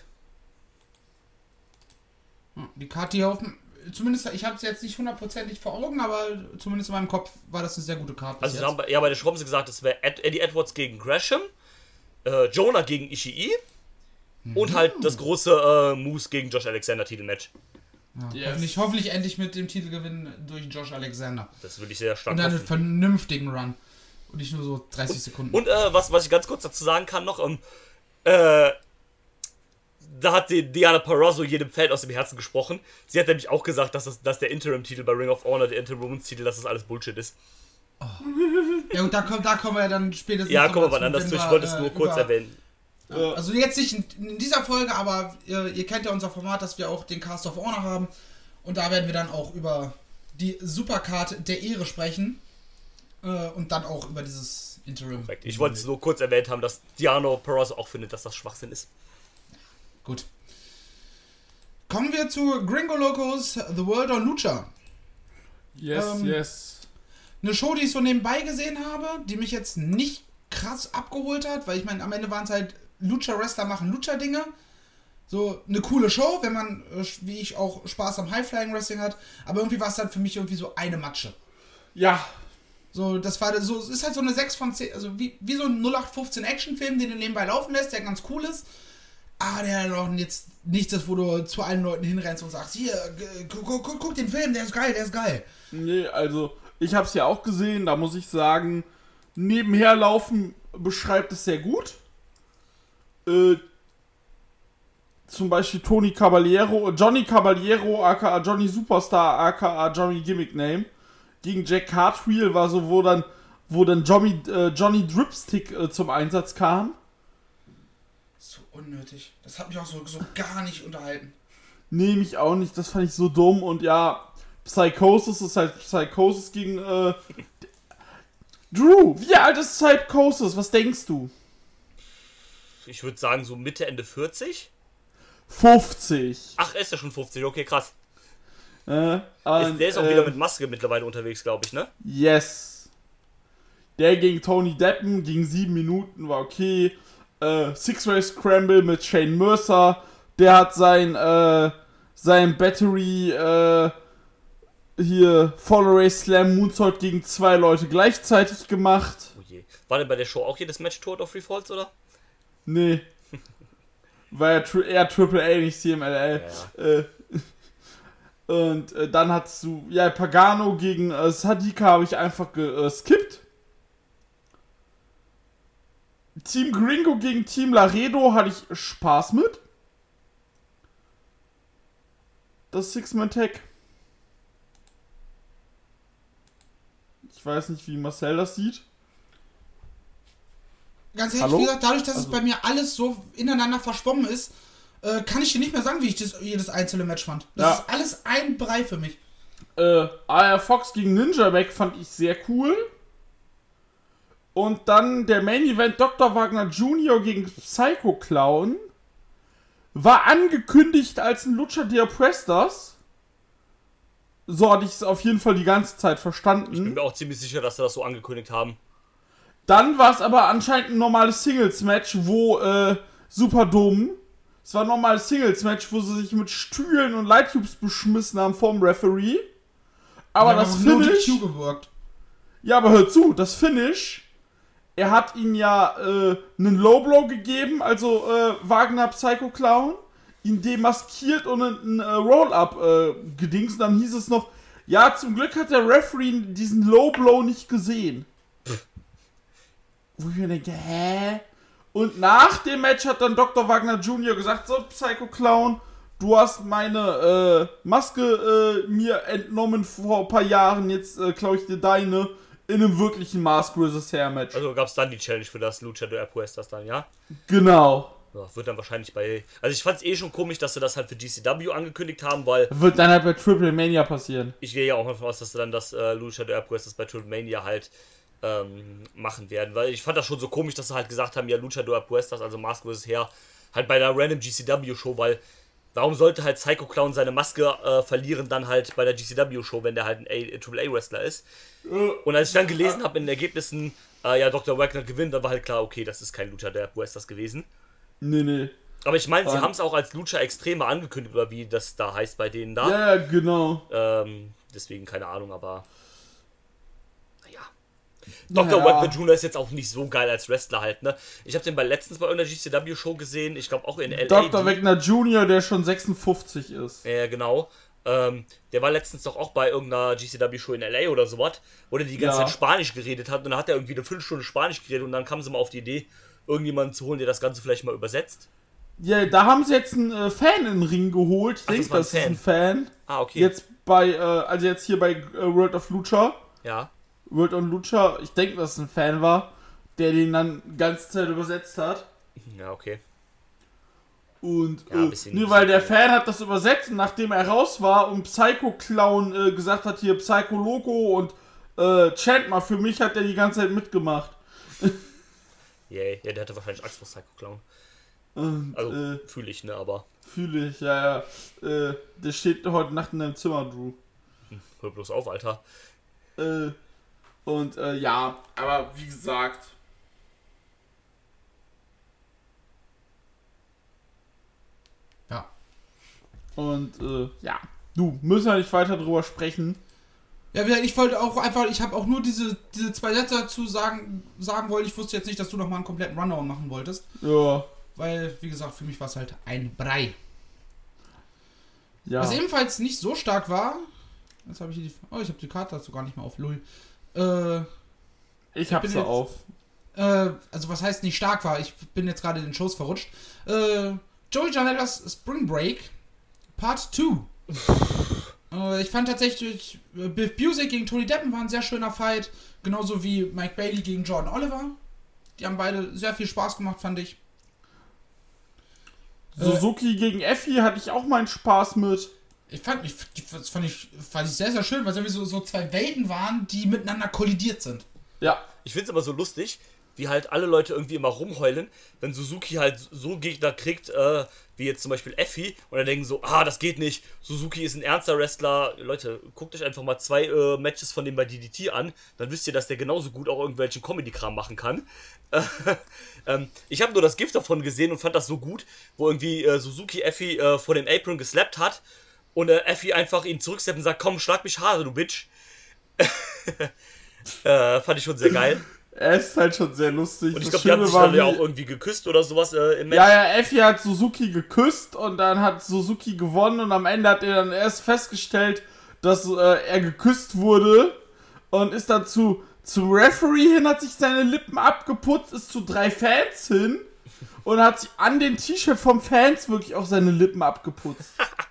Die Karte hier auf dem, zumindest, ich habe es jetzt nicht hundertprozentig vor Augen, aber zumindest in meinem Kopf war das eine sehr gute Karte. Also haben bei, ja, bei der Show haben sie gesagt, es wäre Ed, Eddie Edwards gegen Gresham, äh, Jonah gegen Ishii mhm. und halt das große äh, Moose gegen Josh Alexander Titelmatch. Ja, yes. hoffentlich, hoffentlich endlich mit dem Titelgewinn durch Josh Alexander. Das würde ich sehr stark Und dann einen hoffen. vernünftigen Run. Und nicht nur so dreißig und, Sekunden. Und äh, was, was ich ganz kurz dazu sagen kann noch, ähm, äh, da hat die Diana Purrazzo jedem Fan aus dem Herzen gesprochen. Sie hat nämlich auch gesagt, dass, das, dass der Interim-Titel bei Ring of Honor, der Interim-Women's-Titel, dass das alles Bullshit ist. Oh. Ja gut, da, komm, da kommen wir ja dann spätestens Ja, kommen wir mal wann anders zu, zu. Ich wir, wollte es äh, nur kurz über, erwähnen. Ja, also jetzt nicht in, in dieser Folge, aber ihr, ihr kennt ja unser Format, dass wir auch den Cast of Honor haben. Und da werden wir dann auch über die Supercard der Ehre sprechen. Äh, und dann auch über dieses Interim. Korrekt. Ich wollte es nur kurz erwähnt haben, dass Diana Purrazzo auch findet, dass das Schwachsinn ist. Gut. Kommen wir zu Gringo Locos The World on Lucha. Yes, ähm, yes. Eine Show, die ich so nebenbei gesehen habe, die mich jetzt nicht krass abgeholt hat, weil ich meine, am Ende waren es halt Lucha-Wrestler machen Lucha-Dinge. So eine coole Show, wenn man, wie ich, auch Spaß am High-Flying-Wrestling hat. Aber irgendwie war es dann für mich irgendwie so eine Matsche. Ja. So, das war so, es ist halt so eine sechs von zehn, also wie, wie so ein null acht fünfzehn Action-Film, den du nebenbei laufen lässt, der ganz cool ist. Aber der noch jetzt nichts ist, wo du zu allen Leuten hinrennst und sagst, hier, guck, guck, guck den Film, der ist geil, der ist geil. Nee, also, ich hab's ja auch gesehen, da muss ich sagen, nebenher laufen beschreibt es sehr gut. Äh, zum Beispiel Tony Caballero, Johnny Caballero, aka Johnny Superstar, aka Johnny Gimmick Name, gegen Jack Cartwheel war so, wo dann, wo dann Johnny, äh, Johnny Dripstick äh, zum Einsatz kam. So unnötig. Das hat mich auch so, so gar nicht unterhalten. Nee, mich auch nicht. Das fand ich so dumm. Und ja, Psychosis ist halt Psychosis gegen, äh... Drew, wie alt ist Psychosis? Was denkst du? Ich würde sagen, so Mitte, Ende vierzig? fünfzig. Ach, ist ja schon fünfzig, okay, krass. Äh, Ist, und, der ist auch äh, wieder mit Maske mittlerweile unterwegs, glaube ich, ne? Yes. Der gegen Tony Deppen, gegen sieben Minuten, war okay. Äh, Six-Way Scramble mit Shane Mercer. Der hat sein, äh, sein Battery, äh, hier, Follow-Ray Slam Moonsault gegen zwei Leute gleichzeitig gemacht. Oh je. War denn bei der Show auch jedes Match tot auf Free Falls, oder? Nee. war ja tri- eher Triple A, nicht C M L L. Ja, ja. Äh, und äh, dann hattest du, ja, Pagano gegen äh, Sadika habe ich einfach geskippt. Äh, Team Gringo gegen Team Laredo hatte ich Spaß mit. Das Six-Man-Tag. Ich weiß nicht, wie Marcel das sieht. Ganz ehrlich, Hallo? wie gesagt, dadurch, dass Also- es bei mir alles so ineinander verschwommen ist, äh, kann ich dir nicht mehr sagen, wie ich das, jedes einzelne Match fand. Das Ja. ist alles ein Brei für mich. Äh, A R Fox gegen Ninja Mac fand ich sehr cool. Und dann der Main Event Doktor Wagner Junior gegen Psycho Clown war angekündigt als ein Lucha de Apuestas. So hatte ich es auf jeden Fall die ganze Zeit Ich verstanden. bin mir auch ziemlich sicher, dass sie das so angekündigt haben. Dann war es aber anscheinend ein normales Singles-Match, wo äh, Superdome. Es war ein normales Singles-Match, wo sie sich mit Stühlen und Lighttubes beschmissen haben vom Referee. Aber Wir das haben nur Finish. D Q gewirkt. Ja, aber hör zu, das Finish. Er hat ihm ja äh, einen Low-Blow gegeben, also äh, Wagner Psycho Clown, ihn demaskiert und einen äh, Roll-Up äh, gedings. Dann hieß es noch, ja, zum Glück hat der Referee diesen Low-Blow nicht gesehen. Wo ich mir denke, hä? Und nach dem Match hat dann Doktor Wagner Junior gesagt, so, Psycho Clown, du hast meine äh, Maske äh, mir entnommen vor ein paar Jahren, jetzt äh, klaue ich dir deine in einem wirklichen Mask versus. Hair Match. Also gab es dann die Challenge für das Lucha de Apuestas dann, ja? Genau. Ja, wird dann wahrscheinlich bei... Also ich fand es eh schon komisch, dass sie das halt für G C W angekündigt haben, weil Wird dann halt bei Triple Mania passieren. ich gehe ja auch mal davon aus, dass sie dann das äh, Lucha de Apuestas bei Triple Mania halt ähm, machen werden. Weil ich fand das schon so komisch, dass sie halt gesagt haben, ja, Lucha de Apuestas, also Mask versus. Hair, halt bei einer random G C W-Show, weil warum sollte halt Psycho Clown seine Maske äh, verlieren dann halt bei der G C W-Show, wenn der halt ein A- Triple A-Wrestler ist? Und als ich dann gelesen habe in den Ergebnissen, äh, ja, Doktor Wagner gewinnt, dann war halt klar, okay, das ist kein Lucha de Apuestas gewesen. Nee, nee. Aber ich meine, sie Ähm. haben es auch als Lucha Extreme angekündigt, oder wie das da heißt bei denen da. Ja, ja, genau. Ähm, deswegen keine Ahnung, aber naja. Doktor Ja. Wagner Junior ist jetzt auch nicht so geil als Wrestler halt, ne? Ich habe den bei letztens bei irgendeiner G C W-Show gesehen, ich glaube auch in L A. Doktor die- Wagner Junior, der schon sechsundfünfzig ist. Ja, genau. Ähm, der war letztens doch auch bei irgendeiner G C W-Show in L A oder sowas, wo der die ganze Ja. Zeit Spanisch geredet hat und dann hat er irgendwie eine Viertelstunde Spanisch geredet und dann kamen sie mal auf die Idee, irgendjemanden zu holen, der das Ganze vielleicht mal übersetzt. Ja, da haben sie jetzt einen äh, Fan in den Ring geholt. Ich Ach, das denke, war ein das ist ein Fan. Ah, okay. Jetzt bei, äh, also jetzt hier bei äh, World of Lucha. Ja. World of Lucha, ich denke, dass es ein Fan war, der den dann die ganze Zeit übersetzt hat. Ja, okay. Und, Ja, ein äh, bisschen nee, nicht weil so der viel. Fan hat das übersetzt und nachdem er raus war und Psycho Clown äh, gesagt hat, hier Psycho Loco und äh, chant mal für mich, hat er die ganze Zeit mitgemacht. Yay. Ja, der hatte wahrscheinlich Angst vor Psycho Clown. Und, Also, äh, fühle ich, ne, aber fühle ich, ja, ja. Äh, der steht heute Nacht in deinem Zimmer, Drew. hör bloß auf, Alter. Äh, und, äh, ja, aber wie gesagt. Ja. Und, äh, ja. Du, müssen wir nicht weiter drüber sprechen. Ja, wie gesagt, ich wollte auch einfach, ich habe auch nur diese, diese zwei Sätze dazu sagen, sagen wollen. Ich wusste jetzt nicht, dass du nochmal einen kompletten Rundown machen wolltest. Ja. Weil, wie gesagt, für mich war es halt ein Brei. Ja. Was ebenfalls nicht so stark war, jetzt habe ich die, oh, ich habe die Karte dazu gar nicht mehr auf, lull. Äh, ich hab bin sie jetzt- auf. äh, also was heißt nicht stark war, ich bin jetzt gerade in den Shows verrutscht. Äh, Joey Janela's Spring Break Part zwei. äh, ich fand tatsächlich, äh, Biff Busick gegen Tony Deppen war ein sehr schöner Fight. Genauso wie Mike Bailey gegen Jordan Oliver. Die haben beide sehr viel Spaß gemacht, fand ich. Suzuki gegen Effie hatte ich auch meinen Spaß mit. Ich fand, ich, das fand ich, fand ich sehr, sehr schön, weil es irgendwie so, so zwei Welten waren, die miteinander kollidiert sind. Ja. Ich find's aber so lustig, wie halt alle Leute irgendwie immer rumheulen, wenn Suzuki halt so Gegner kriegt, äh, wie jetzt zum Beispiel Effie, und dann denken so, ah, das geht nicht, Suzuki ist ein ernster Wrestler. Leute, guckt euch einfach mal zwei äh, Matches von dem bei D D T an, dann wisst ihr, dass der genauso gut auch irgendwelchen Comedy-Kram machen kann. ähm, ich habe nur das Gift davon gesehen und fand das so gut, wo irgendwie äh, Suzuki Effie äh, vor dem Apron geslappt hat und äh, Effie einfach ihn zurücksteppt und sagt, komm, schlag mich hart, du Bitch. äh, fand ich schon sehr geil. Er ist halt schon sehr lustig. Und ich Das glaube, die haben Schöne sich war, dann ja wie- auch irgendwie geküsst oder sowas äh, im Match. Ja, ja, Effie hat Suzuki geküsst und dann hat Suzuki gewonnen und am Ende hat er dann erst festgestellt, dass äh, er geküsst wurde und ist dann zu, zum Referee hin, hat sich seine Lippen abgeputzt, ist zu drei Fans hin und hat sich an den T-Shirt vom Fans wirklich auch seine Lippen abgeputzt.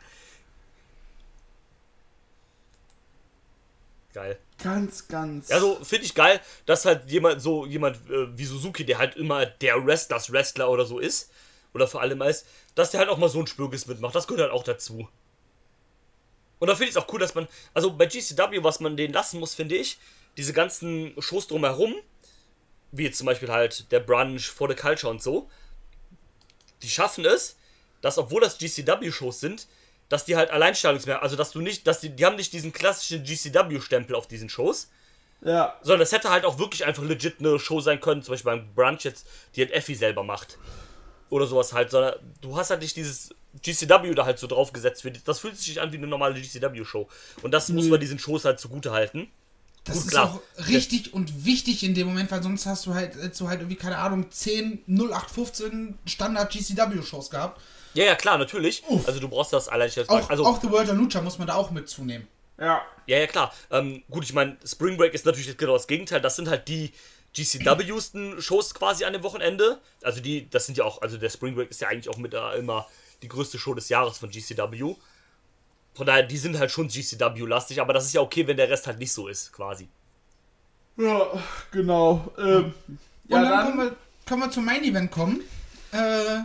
Geil. Ganz, ganz. Also finde ich geil, dass halt jemand so, jemand äh, wie Suzuki, der halt immer der Wrestlers Wrestler oder so ist, oder vor allem ist, dass der halt auch mal so ein Spürges mitmacht. Das gehört halt auch dazu. Und da finde ich es auch cool, dass man, also bei G C W, was man denen lassen muss, finde ich, diese ganzen Shows drumherum, wie jetzt zum Beispiel halt der Brunch, For the Culture und so, die schaffen es, dass, obwohl das G C W-Shows sind, dass die halt Alleinstellungsmerkmale, also dass du nicht, dass die, die haben nicht diesen klassischen G C W-Stempel auf diesen Shows, Ja. sondern das hätte halt auch wirklich einfach legit eine Show sein können, zum Beispiel beim Brunch jetzt, die halt Effie selber macht. Oder sowas halt, sondern du hast halt nicht dieses G C W da halt so draufgesetzt für die, das fühlt sich an wie eine normale G C W-Show. Und das muss man diesen Shows halt zugute halten. Das Gut, ist klar. auch richtig und wichtig in dem Moment, weil sonst hast du halt, hättest du halt irgendwie, keine Ahnung, zehn null acht fünfzehn Standard G C W-Shows gehabt. Ja, ja, klar, natürlich. Uff. Also du brauchst das Alleinstellungsmerkmal. Auch, Also, auch The World of Lucha muss man da auch mit zunehmen. Ja. ja, ja, klar. Ähm, gut, ich meine, Spring Break ist natürlich genau das Gegenteil. Das sind halt die G C W-sten Shows quasi an dem Wochenende. Also die, das sind ja auch, also der Spring Break ist ja eigentlich auch mit äh, immer die größte Show des Jahres von G C W. Von daher, die sind halt schon G C W-lastig, aber das ist ja okay, wenn der Rest halt nicht so ist, quasi. Ja, genau. Ähm, ja, Und dann, dann können, wir, können wir zum Main Event kommen. Äh,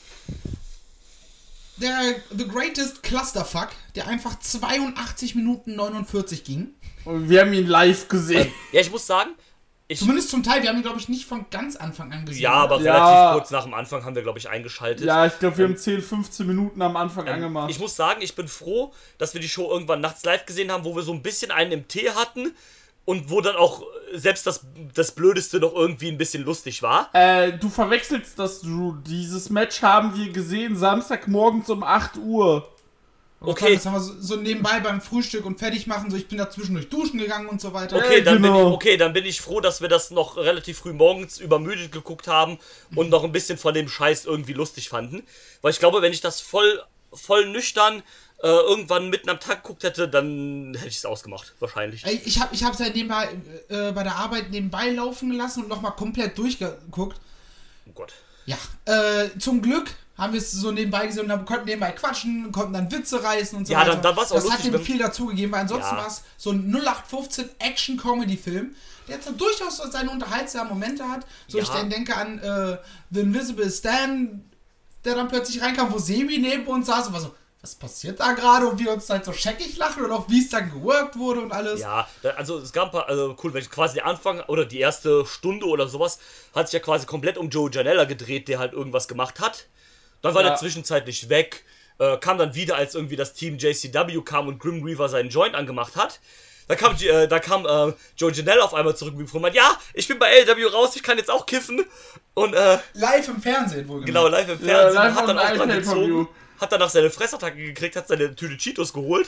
der The Greatest Clusterfuck, der einfach zweiundachtzig Minuten neunundvierzig ging. wir haben ihn live gesehen. Ja, ich muss sagen, ich, Zumindest zum Teil, wir haben ihn, glaube ich, nicht von ganz Anfang an gesehen. ja, aber Ja. relativ kurz nach dem Anfang haben wir, glaube ich, eingeschaltet. Ja, ich glaube, wir haben zehn, fünfzehn Minuten am Anfang angemacht. Ich muss sagen, ich bin froh, dass wir die Show irgendwann nachts live gesehen haben, wo wir so ein bisschen einen im Tee hatten und wo dann auch selbst das, das Blödeste noch irgendwie ein bisschen lustig war. Äh, du verwechselst das, Drew. Dieses Match haben wir gesehen Samstagmorgens um acht Uhr. Okay. Das haben wir so, so nebenbei beim Frühstück und fertig machen. So, ich bin da zwischendurch duschen gegangen und so weiter. Okay, Äh, dann bin genau. ich, okay, dann bin ich froh, dass wir das noch relativ früh morgens übermüdet geguckt haben und noch ein bisschen von dem Scheiß irgendwie lustig fanden. Weil ich glaube, wenn ich das voll, voll nüchtern äh, irgendwann mitten am Tag geguckt hätte, dann hätte ich es ausgemacht, wahrscheinlich. Ey, Ich habe ich hab's ja nebenbei, äh, bei der Arbeit nebenbei laufen gelassen und nochmal komplett durchgeguckt. Oh Gott. Ja, äh, zum Glück haben wir es so nebenbei gesehen und haben- konnten nebenbei quatschen, konnten dann Witze reißen und so Ja, weiter. dann- dann war's auch das lustig, hat dem wenn- viel dazugegeben, weil ansonsten Ja. war es so ein null acht fünfzehn Action-Comedy-Film, der jetzt durchaus so seine unterhaltsamen Momente hat. So, Ja. ich dann denke an äh, The Invisible Stan, der dann plötzlich reinkam, wo Sebi neben uns saß und war so, was passiert da gerade? Und wir uns halt so scheckig lachen und auch wie es dann geworkt wurde und alles. Ja, da, also es gab ein paar, also cool, wenn ich quasi der Anfang oder die erste Stunde oder sowas hat sich ja quasi komplett um Joey Janela gedreht, der halt irgendwas gemacht hat. Dann war Ja. der zwischenzeitlich weg, äh, kam dann wieder, als irgendwie das Team J C W kam und Grim Reaver seinen Joint angemacht hat. Da kam, äh, da kam äh, Joey Janela auf einmal zurück und meinte, ja, ich bin bei L W raus, ich kann jetzt auch kiffen. Und äh, Live im Fernsehen wohl genau, live im Ja, Fernsehen, live hat dann on auch dran Pay-Per-View. gezogen, hat danach seine Fressattacke gekriegt, hat seine Tüte Cheetos geholt.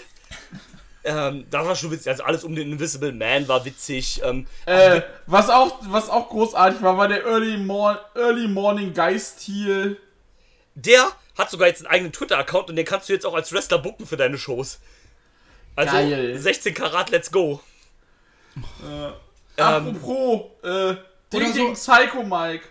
Ähm, da war schon witzig, also alles um den Invisible Man war witzig. Ähm, Äh, was auch, was auch großartig war, war der Early, Mor Early Morning Guy-Stil. Der hat sogar jetzt einen eigenen Twitter-Account und den kannst du jetzt auch als Wrestler booken für deine Shows. Also Geil. sechzehn Karat, let's go. Äh, Ähm, apropos, äh, Ding oder so- gegen Psycho Mike.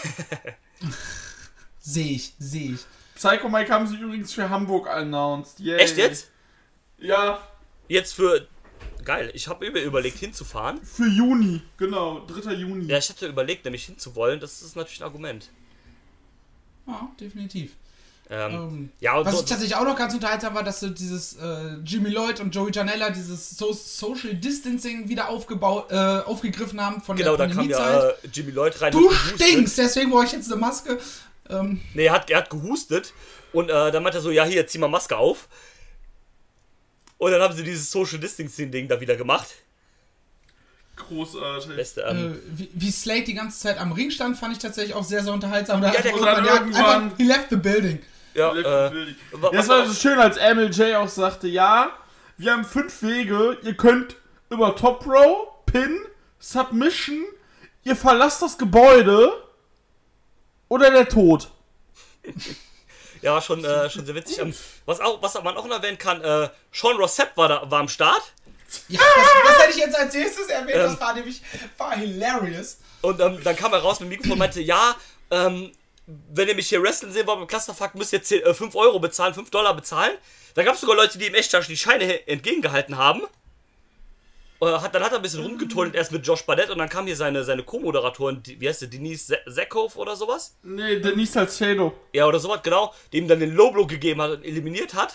Sehe ich, sehe ich. Psycho Mike haben sie übrigens für Hamburg announced. Yay. Echt jetzt? Ja, Jetzt für... Geil, ich habe mir überlegt hinzufahren. für Juni, genau, dritter Juni. Ja, ich hatte überlegt, nämlich hinzuwollen. Das ist natürlich ein Argument. Ja, definitiv. Ähm, Ähm, ja, und Was so, ich tatsächlich auch noch ganz unterhaltsam war, dass so dieses äh, Jimmy Lloyd und Joey Janela dieses so Social Distancing wieder aufgebaut, äh, aufgegriffen haben von genau, der da kam Pandemiezeit. ja äh, Jimmy Lloyd rein. Du hat gehustet. stinkst, deswegen brauche ich jetzt eine Maske. Ähm, Nee, er hat, er hat gehustet und äh, dann meinte er so, ja hier, zieh mal Maske auf. Und dann haben sie dieses Social Distancing-Ding da wieder gemacht. Großartig. Beste, ähm, äh, wie, wie Slade die ganze Zeit am Ring stand, fand ich tatsächlich auch sehr, sehr unterhaltsam. Da Ja, der einfach, kam dann ja, irgendwann- einfach, he left the building. ja, Ja, äh, wa- das was war auch- so schön, als M L J auch sagte, ja, wir haben fünf Wege, ihr könnt über Top Row, Pin, Submission, ihr verlasst das Gebäude oder der Tod. Ja, war schon, äh, schon sehr witzig. Ähm, was, auch, was man auch noch erwähnen kann, äh, Sean Rossap war, da, war am Start. Ja, das, das hätte ich jetzt als nächstes erwähnt, Ähm. das war nämlich war hilarious. Und ähm, dann kam er raus mit dem Mikrofon und meinte, ja, ähm, wenn ihr mich hier wrestlen sehen wollt beim Clusterfuck, müsst ihr äh, fünf Euro bezahlen, fünf Dollar bezahlen. Da gab es sogar Leute, die ihm echt die Scheine entgegengehalten haben. Äh, hat, dann hat er ein bisschen rumgeturnt, erst mit Josh Barnett, und dann kam hier seine, seine Co-Moderatorin, die, wie heißt sie, Denise Sekhoff oder sowas? Nee, Denise Salcedo. Ja, oder sowas, genau, die ihm dann den Low-Blow gegeben hat und eliminiert hat.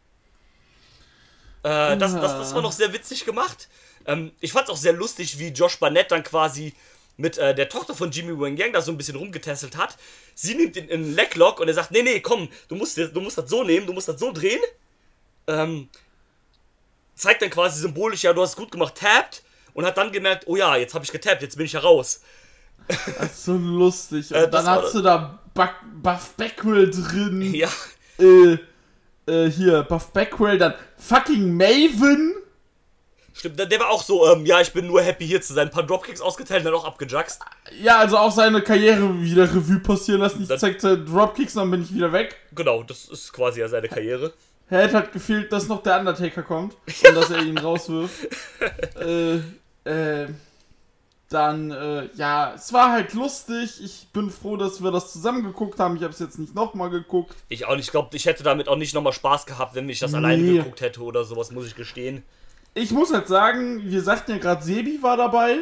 Äh, das, das, das war noch sehr witzig gemacht. Ähm, ich fand's auch sehr lustig, wie Josh Barnett dann quasi mit äh, der Tochter von Jimmy Wang Yang da so ein bisschen rumgetesselt hat. Sie nimmt ihn in einen Leglock und er sagt, nee, nee, komm, du musst, du musst das so nehmen, du musst das so drehen. Ähm, zeigt dann quasi symbolisch, ja, du hast es gut gemacht, tappt, und hat dann gemerkt, oh ja, jetzt habe ich getappt, jetzt bin ich ja raus. Das ist so lustig. Und Äh, dann das hast du da Buck, Buff Beckwell drin. Ja, Äh, äh, hier, Buff Beckwell, dann fucking Maven. stimmt, der, der war auch so, ähm, ja, ich bin nur happy hier zu sein, ein paar Dropkicks ausgeteilt und dann auch abgejuckst. Ja, also auch seine Karriere wieder Revue passieren lassen. Ich Das- zeigte Dropkicks, dann bin ich wieder weg. Genau, das ist quasi ja seine Karriere. Hätte hat gefehlt, dass noch der Undertaker kommt und dass er ihn rauswirft. äh, äh, dann, äh, ja, es war halt lustig. Ich bin froh, dass wir das zusammen geguckt haben. Ich habe es jetzt nicht nochmal geguckt. Ich auch nicht, ich glaube, ich hätte damit auch nicht nochmal Spaß gehabt, wenn ich das Nee. alleine geguckt hätte oder sowas, muss ich gestehen. Ich muss halt sagen, wir sagten ja gerade, Sebi war dabei.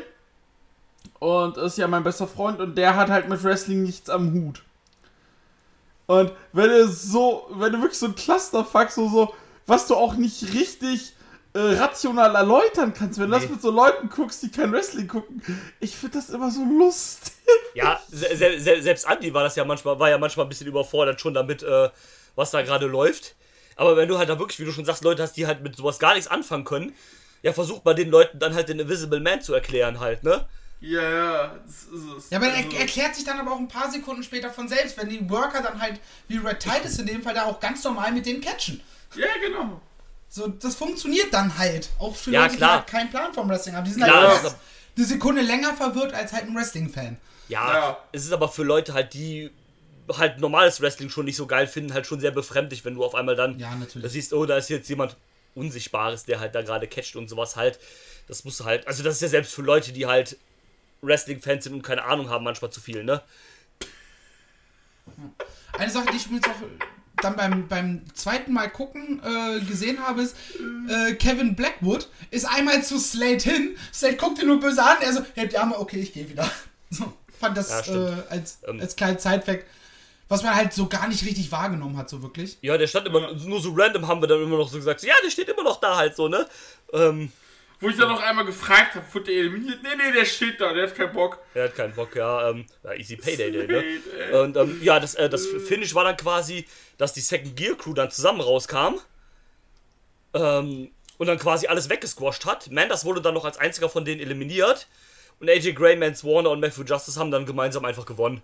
Und ist ja mein bester Freund und der hat halt mit Wrestling nichts am Hut. Und wenn du so, wenn du wirklich so ein Clusterfuck, so, so, was du auch nicht richtig äh, rational erläutern kannst, wenn du das Nee. mit so Leuten guckst, die kein Wrestling gucken, ich finde das immer so lustig. Ja, se se se selbst Andy war das ja manchmal, war ja manchmal ein bisschen überfordert schon damit, äh, was da gerade läuft. Aber wenn du halt da wirklich, wie du schon sagst, Leute hast, die halt mit sowas gar nichts anfangen können, ja, versucht mal den Leuten dann halt den Invisible Man zu erklären halt, ne? Ja, ja, das ist es. Ja, aber er Also- erklärt sich dann aber auch ein paar Sekunden später von selbst, wenn die Worker dann halt, wie Red Titus in dem Fall, da auch ganz normal mit denen catchen. Ja, genau. So, das funktioniert dann halt. Auch für Ja, Leute, klar. die halt keinen Plan vom Wrestling haben. Die sind Klar, halt das erst ist- eine Sekunde länger verwirrt als halt ein Wrestling-Fan. Ja, Ja. es ist aber für Leute halt, die halt normales Wrestling schon nicht so geil finden, halt schon sehr befremdlich, wenn du auf einmal dann Ja, natürlich. da siehst, oh, da ist jetzt jemand Unsichtbares, der halt da gerade catcht und sowas halt. Das musst du halt, also das ist ja selbst für Leute, die halt Wrestling-Fans sind und keine Ahnung haben, manchmal zu viel, ne? Eine Sache, die ich mir jetzt auch dann beim, beim zweiten Mal gucken äh, gesehen habe, ist, äh, Kevin Blackwood ist einmal zu Slade hin. Slade guckt ihn nur böse an, er so, hebt die Arme, okay, ich gehe wieder. So, fand das Ja, äh, stimmt. als, Ähm. als kleinen Sidefact, was man halt so gar nicht richtig wahrgenommen hat, so wirklich. Ja, der stand immer, nur so random haben wir dann immer noch so gesagt, so, ja, der steht immer noch da halt so, ne? Ähm, Wo ich dann noch einmal gefragt habe, wurde der eliminiert? Nee, nee, der steht da, der hat keinen Bock. er hat keinen Bock, ja, ähm, ja, easy payday, day, ne? Paid, ey. Und ähm, ja, das, äh, das Finish war dann quasi, dass die Second Gear Crew dann zusammen rauskam ähm, und dann quasi alles weggesquasht hat. Mandas wurde dann noch als einziger von denen eliminiert und A J Gray, Mance Warner und Matthew Justice haben dann gemeinsam einfach gewonnen.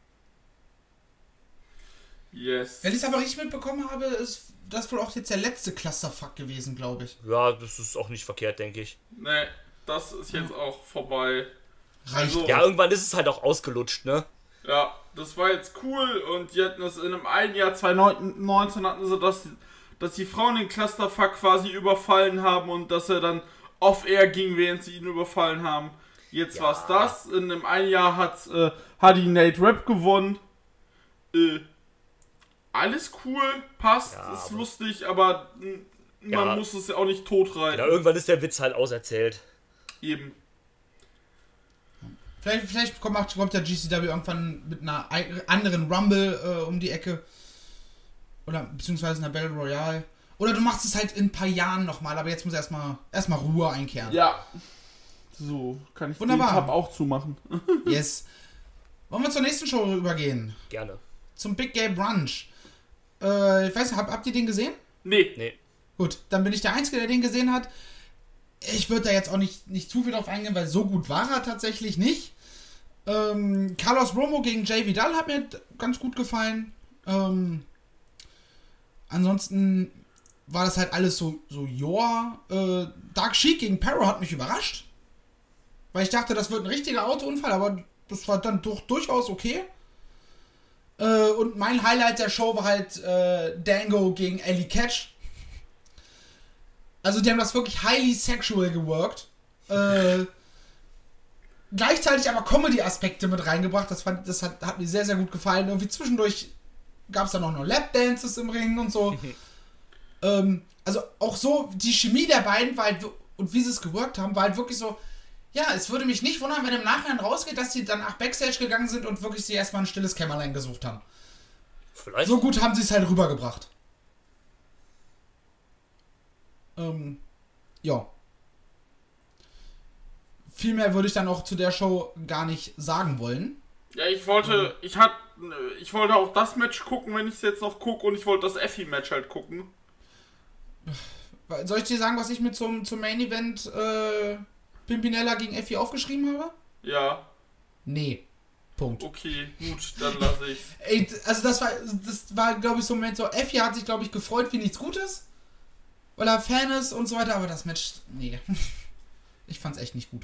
Yes. Wenn ich es aber richtig mitbekommen habe, ist das wohl auch jetzt der letzte Clusterfuck gewesen, glaube ich. Ja, das ist auch nicht verkehrt, denke ich. Nee, das ist jetzt auch vorbei. Reicht. Also- Ja, irgendwann ist es halt auch ausgelutscht, ne? Ja, das war jetzt cool und die hatten das in einem einen Jahr, zwanzig neunzehn hatten sie das, dass die Frauen den Clusterfuck quasi überfallen haben und dass er dann off-air ging, während sie ihn überfallen haben. Jetzt Ja. war's das. In einem einen Jahr hat äh, Hardy Nate Rap gewonnen. Äh, alles cool, passt, Ja, ist aber- lustig, aber mh, man Ja. muss es ja auch nicht totreiten. Ja, irgendwann ist der Witz halt auserzählt. Eben. Vielleicht, vielleicht kommt, kommt der G C W irgendwann mit einer ei- anderen Rumble äh, um die Ecke. Oder beziehungsweise einer Battle Royale. Oder du machst es halt in ein paar Jahren nochmal, aber jetzt muss erstmal erstmal Ruhe einkehren. Ja. So, kann ich Wunderbar. den Tab auch zumachen. Yes. Wollen wir zur nächsten Show übergehen? Gerne. Zum Big Gay Brunch. Äh, ich weiß nicht, hab, habt ihr den gesehen? Nee. Nee. Gut, dann bin ich der Einzige, der den gesehen hat. Ich würde da jetzt auch nicht, nicht zu viel drauf eingehen, weil so gut war er tatsächlich nicht. Ähm, Carlos Romo gegen Jay Vidal hat mir ganz gut gefallen. Ähm, ansonsten war das halt alles so, so joa. Äh, Dark Sheik gegen Perro hat mich überrascht. Weil ich dachte, das wird ein richtiger Autounfall, aber das war dann doch durchaus okay. Äh, und mein Highlight der Show war halt äh, Dango gegen Ellie Catch. Also die haben das wirklich highly sexual geworkt. Äh, gleichzeitig aber Comedy-Aspekte mit reingebracht. Das, fand, das hat, hat mir sehr, sehr gut gefallen. Irgendwie zwischendurch gab es dann auch noch Lapdances im Ring und so. ähm, also auch so, die Chemie der beiden war halt, und wie sie es geworkt haben, war halt wirklich so, ja, es würde mich nicht wundern, wenn im Nachhinein rausgeht, dass sie dann nach Backstage gegangen sind und wirklich sie erstmal ein stilles Kämmerlein gesucht haben. Vielleicht. So gut haben sie es halt rübergebracht. Ähm, ja. Viel mehr würde ich dann auch zu der Show gar nicht sagen wollen. Ja, ich wollte, ich hat, ich wollte auch das Match gucken, wenn ich es jetzt noch gucke, und ich wollte das Effie-Match halt gucken. Soll ich dir sagen, was ich mir zum, zum Main Event äh, Pimpinella gegen Effie aufgeschrieben habe? Ja. Nee. Punkt. Okay, gut, dann lasse ich's. Ey, also das war, das war, glaube ich, so ein Moment so, Effie hat sich, glaube ich, gefreut wie nichts Gutes, weil er Fan ist und so weiter, aber das Match, nee. Ich fand's echt nicht gut.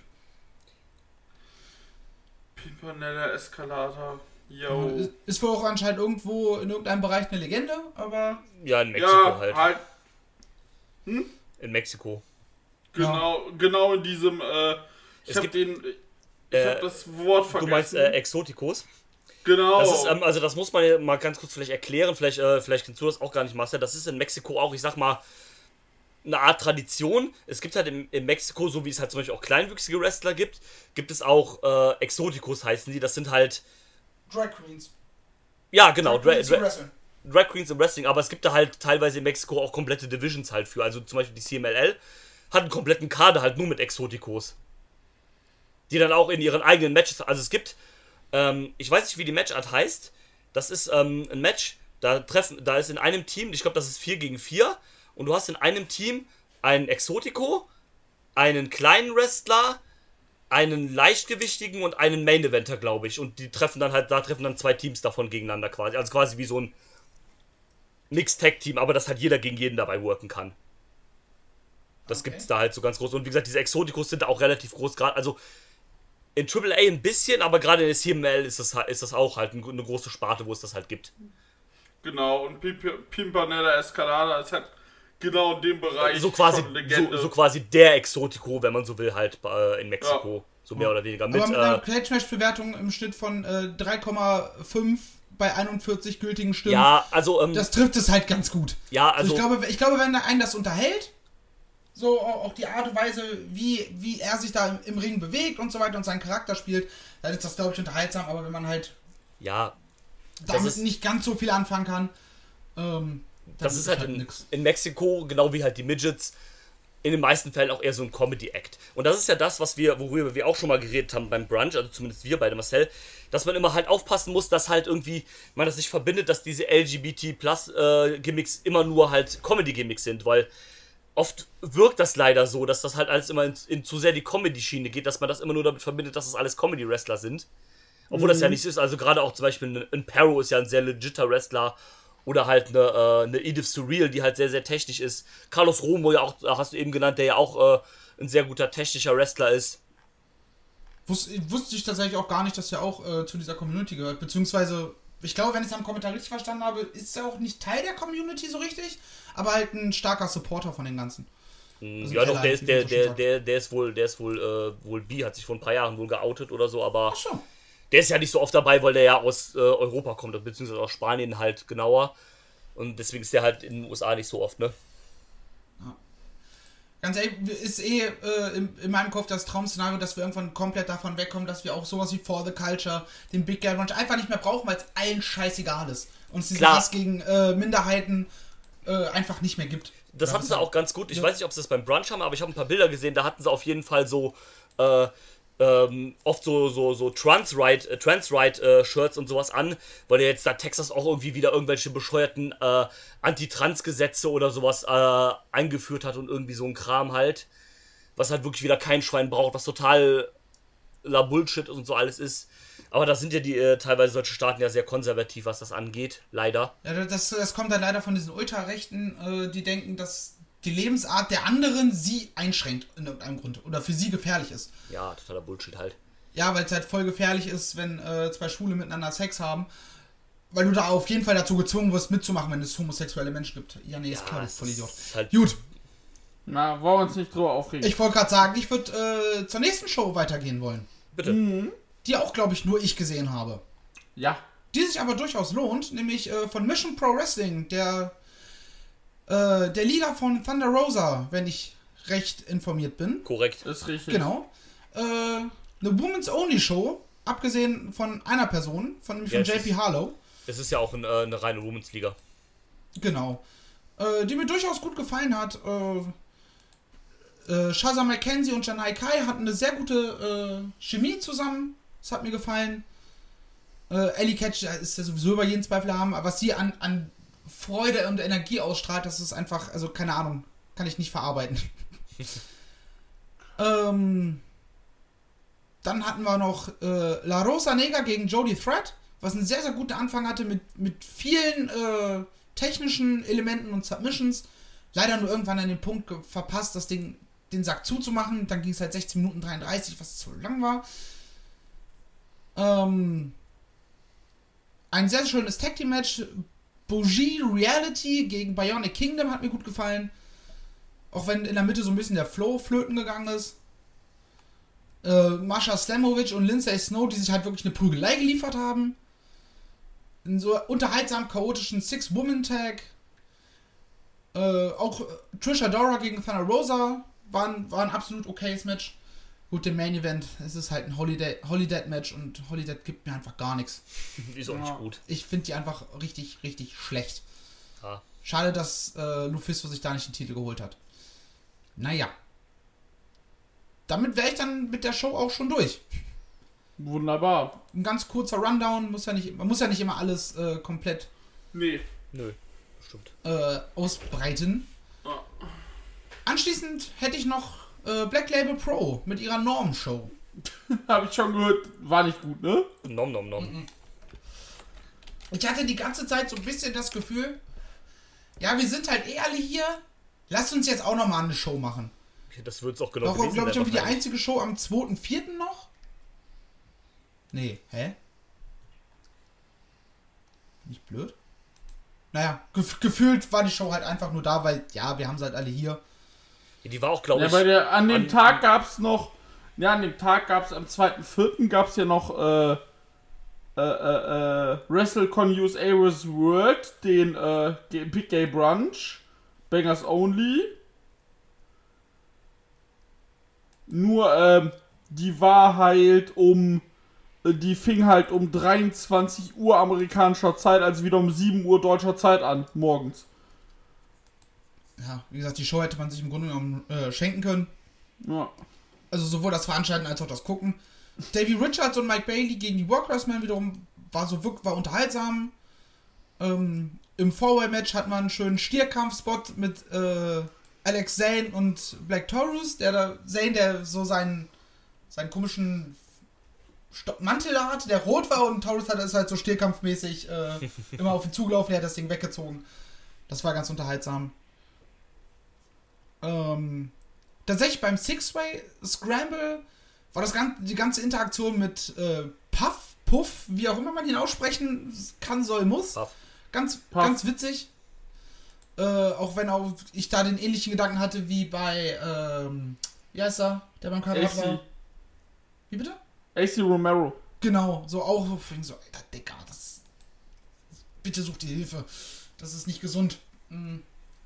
Pimpinella Escalada, yo. Ist, ist wohl auch anscheinend irgendwo in irgendeinem Bereich eine Legende, aber... Ja, in Mexiko Ja, halt. halt. Hm? In Mexiko. Genau, genau in diesem, äh, ich Es hab gibt- den, ich Äh, hab das Wort vergessen. Du meinst äh, Exoticos? Genau. Das ist, ähm, also das muss man ja mal ganz kurz vielleicht erklären, vielleicht, äh, vielleicht kennst du das auch gar nicht, Marcel. Das ist in Mexiko auch, ich sag mal, eine Art Tradition. Es gibt halt in, in Mexiko, so wie es halt zum Beispiel auch kleinwüchsige Wrestler gibt, gibt es auch äh, Exoticos heißen die. Das sind halt, Drag Queens. ja genau, Drag Dra Queens Dra im Wrestling. Drag Queens im Wrestling, aber es gibt da halt teilweise in Mexiko auch komplette Divisions halt für. Also zum Beispiel die C M L L hat einen kompletten Kader halt nur mit Exoticos. Die dann auch in ihren eigenen Matches, also es gibt, ähm, ich weiß nicht, wie die Matchart heißt, das ist ähm, ein Match, da treffen, da ist in einem Team, ich glaube, das ist vier gegen vier, und du hast in einem Team einen Exotico, einen kleinen Wrestler, einen leichtgewichtigen und einen Main Eventer, glaube ich, und die treffen dann halt, da treffen dann zwei Teams davon gegeneinander quasi, also quasi wie so ein Mixed Tag Team, aber dass halt jeder gegen jeden dabei worken kann. Das Okay. gibt's da halt so ganz groß, und wie gesagt, diese Exoticos sind da auch relativ groß, gerade, also in Triple A ein bisschen, aber gerade in der C M L ist das, ist das auch halt eine große Sparte, wo es das halt gibt. Genau, und Pimp- Pimpinella Escalada ist halt genau in dem Bereich So quasi, schon Legende. so, so quasi der Exotico, wenn man so will, halt äh, in Mexiko. Ja. So mehr oder weniger. Mit, Aber mit einer äh, Cage-Match-Bewertung im Schnitt von äh, drei Komma fünf bei einundvierzig gültigen Stimmen. ja, also, ähm, Das trifft es halt ganz gut. ja, Also also, ich glaube, ich glaube, wenn einen das unterhält, so auch auch die Art und Weise, wie, wie er sich da im, im Ring bewegt und so weiter und seinen Charakter spielt, dann ist das, glaube ich, unterhaltsam. Aber wenn man halt ja, damit ist- nicht ganz so viel anfangen kann, ähm, dann das ist halt in, nix. in Mexiko, genau wie halt die Midgets, in den meisten Fällen auch eher so ein Comedy-Act. Und das ist ja das, was wir, worüber wir auch schon mal geredet haben beim Brunch, also zumindest wir beide, Marcel, dass man immer halt aufpassen muss, dass halt irgendwie man das nicht verbindet, dass diese L G B T Plus äh, Gimmicks immer nur halt Comedy-Gimmicks sind, weil oft wirkt das leider so, dass das halt alles immer in, in zu sehr die Comedy-Schiene geht, dass man das immer nur damit verbindet, dass das alles Comedy-Wrestler sind. Obwohl das ja nicht so ist. Also gerade auch zum Beispiel ein, ein Perro ist ja ein sehr legitter Wrestler. Oder halt eine, äh, eine Edith Surreal, die halt sehr, sehr technisch ist. Carlos Romo, ja auch, hast du eben genannt, der ja auch äh, ein sehr guter technischer Wrestler ist. Wus wusste ich tatsächlich auch gar nicht, dass er auch äh, zu dieser Community gehört. Beziehungsweise, ich glaube, wenn ich es am Kommentar richtig verstanden habe, ist er auch nicht Teil der Community so richtig, aber halt ein starker Supporter von den Ganzen. Also Ja, doch, Ally, der ist, wie der, man so schön der, sagt. der, der ist wohl, der ist wohl, äh, wohl bi, hat sich vor ein paar Jahren wohl geoutet oder so, aber Ach so. der ist ja nicht so oft dabei, weil der ja aus äh, Europa kommt, beziehungsweise aus Spanien halt genauer. Und deswegen ist der halt in den U S A nicht so oft, ne? Ganz ehrlich, ist eh äh, in, in meinem Kopf das Traum-Szenario, dass wir irgendwann komplett davon wegkommen, dass wir auch sowas wie For the Culture, den Big Guy Ranch einfach nicht mehr brauchen, weil es allen scheißegal ist. Und es diesen Klar. Hass gegen äh, Minderheiten äh, einfach nicht mehr gibt. Das Ja, hatten sie auch ganz gut. Ich ja. weiß nicht, ob sie das beim Brunch haben, aber ich habe ein paar Bilder gesehen, da hatten sie auf jeden Fall so äh, ähm, oft so so so Trans-Right äh, Trans-Right-Shirts und sowas an, weil ja jetzt da Texas auch irgendwie wieder irgendwelche bescheuerten äh, Anti-Trans-Gesetze oder sowas äh, eingeführt hat und irgendwie so ein Kram halt, was halt wirklich wieder kein Schwein braucht, was total la Bullshit und so alles ist. Aber da sind ja die äh, teilweise solche Staaten ja sehr konservativ, was das angeht, leider. Ja, das, das kommt dann leider von diesen Ultrarechten, äh, die denken, dass die Lebensart der anderen sie einschränkt in irgendeinem Grund oder für sie gefährlich ist. Ja, totaler Bullshit halt. Ja, weil es halt voll gefährlich ist, wenn äh, zwei Schwule miteinander Sex haben. Weil du da auf jeden Fall dazu gezwungen wirst, mitzumachen, wenn es homosexuelle Menschen gibt. Ja, nee, ist Ja, klar, du es voll Idiot. ist halt- Gut, Na, wollen wir uns nicht drüber aufregen. ich wollte gerade sagen, ich würde äh, zur nächsten Show weitergehen wollen. Bitte. Die auch, glaube ich, nur ich gesehen habe. Ja. Die sich aber durchaus lohnt, nämlich äh, von Mission Pro Wrestling, der, äh, der Liga von Thunder Rosa, wenn ich recht informiert bin. Korrekt. Ist richtig. Genau. Äh, eine Women's Only Show, abgesehen von einer Person, von, nämlich von Ja, J P Harlow. Es ist ja auch ein, äh, eine reine Women's Liga. Genau. Äh, die mir durchaus gut gefallen hat. Äh, äh, Shazza McKenzie und Janai Kai hatten eine sehr gute äh, Chemie zusammen. Das hat mir gefallen. Äh, Ellie Catch ist ja sowieso über jeden Zweifel haben, aber was sie an, an Freude und Energie ausstrahlt, das ist einfach, also keine Ahnung, kann ich nicht verarbeiten. ähm, dann hatten wir noch äh, La Rosa Negra gegen Jody Threat, was einen sehr, sehr guten Anfang hatte mit, mit vielen äh, technischen Elementen und Submissions. Leider nur irgendwann an den Punkt ge- verpasst, das Ding, den Sack zuzumachen. Dann ging es halt sechzehn Minuten dreiunddreißig, was zu lang war. Ähm, ein sehr schönes Tag Team Match. Bougie Reality gegen Bionic Kingdom hat mir gut gefallen. Auch wenn in der Mitte so ein bisschen der Flow flöten gegangen ist. Äh, Masha Slamovic und Lindsay Snow, die sich halt wirklich eine Prügelei geliefert haben. In so unterhaltsam chaotischen Six-Woman-Tag. Äh, auch äh, Trish Adora gegen Thunder Rosa war ein, war ein absolut okayes Match. Gut, dem Main Event, es ist halt ein Holiday, Holiday Match und Holiday gibt mir einfach gar nichts. Die ist auch nicht gut. Ich finde die einfach richtig, richtig schlecht. Ja. Schade, dass äh, Lufisto sich da nicht den Titel geholt hat. Naja. Damit wäre ich dann mit der Show auch schon durch. Wunderbar. Ein ganz kurzer Rundown, muss ja nicht, man muss ja nicht immer alles äh, komplett Nee. Nö, stimmt. äh, ausbreiten. Ah. Anschließend hätte ich noch äh, Black Label Pro mit ihrer Norm-Show. Hab ich schon gehört, war nicht gut, ne? Nom nom nom. Ich hatte die ganze Zeit so ein bisschen das Gefühl, ja, wir sind halt eh alle hier, lasst uns jetzt auch nochmal eine Show machen. Okay, das wird es auch genau War, gewesen glaube ich, sein, irgendwie die wahrscheinlich. einzige Show am zweiten vierten noch? Nee, hä? Nicht blöd? Naja, gef gefühlt war die Show halt einfach nur da, weil, ja, wir haben sie halt alle hier. Ja, die war auch, glaube Ja, ich... bei der, an dem an- Tag gab's noch, ja, an dem Tag gab's am zweiten vierten gab's ja noch, äh, äh, äh, äh, WrestleCon U S A versus. World, den, äh, G- Big Gay Brunch, Bangers Only. Nur, ähm, die war halt um, äh, die fing halt um dreiundzwanzig Uhr amerikanischer Zeit, also wieder um sieben Uhr deutscher Zeit an, morgens. Ja, wie gesagt, die Show hätte man sich im Grunde genommen äh, schenken können. Ja. Also sowohl das Veranstalten als auch das Gucken. Davey Richards und Mike Bailey gegen die Workers-Men wiederum war so wirklich, war unterhaltsam. Ähm, Im Four-Way-Match hat man einen schönen Stierkampf-Spot mit äh, Alex Zane und Black Taurus, der da, Zane, der so seinen, seinen komischen Sto- Mantel da hatte, der rot war, und Taurus hat es halt so stierkampfmäßig äh, immer auf ihn zugelaufen, der hat das Ding weggezogen. Das war ganz unterhaltsam. Ähm, tatsächlich beim Six-Way Scramble war das ganze, die ganze Interaktion mit äh, Puff, Puff, wie auch immer man ihn aussprechen kann, soll, muss. Puff. Ganz, Puff. ganz witzig. Äh, auch wenn auch ich da den ähnlichen Gedanken hatte wie bei, ähm, wie heißt er, der beim Kamerad war? A C. Wie bitte? A C Romero. Genau, so auch so, so Alter, Digga, das, bitte such dir Hilfe. Das ist nicht gesund. Mhm.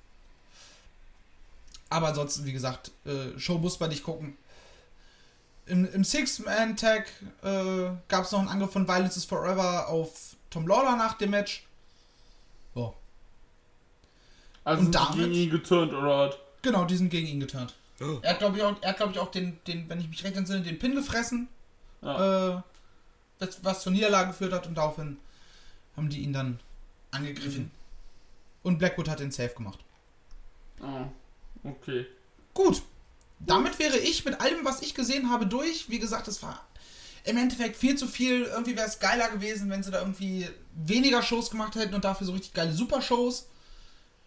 Aber ansonsten, wie gesagt, äh, Show muss man nicht gucken. Im, im Six-Man-Tag äh, gab es noch einen Angriff von Violence is Forever auf Tom Lawler nach dem Match. Oh. Also Und sind sie damit- gegen ihn geturnt, oder was? Genau, die sind gegen ihn geturnt. Oh. Er hat, glaube ich, auch, er hat, glaub ich, auch den, den, wenn ich mich recht entsinne, den Pin gefressen, Ja. äh, das, was zur Niederlage geführt hat, und daraufhin haben die ihn dann angegriffen. Mhm. Und Blackwood hat den Save gemacht. Ah, okay. Gut. Damit wäre ich mit allem, was ich gesehen habe, durch. Wie gesagt, es war im Endeffekt viel zu viel. Irgendwie wäre es geiler gewesen, wenn sie da irgendwie weniger Shows gemacht hätten und dafür so richtig geile Super-Shows.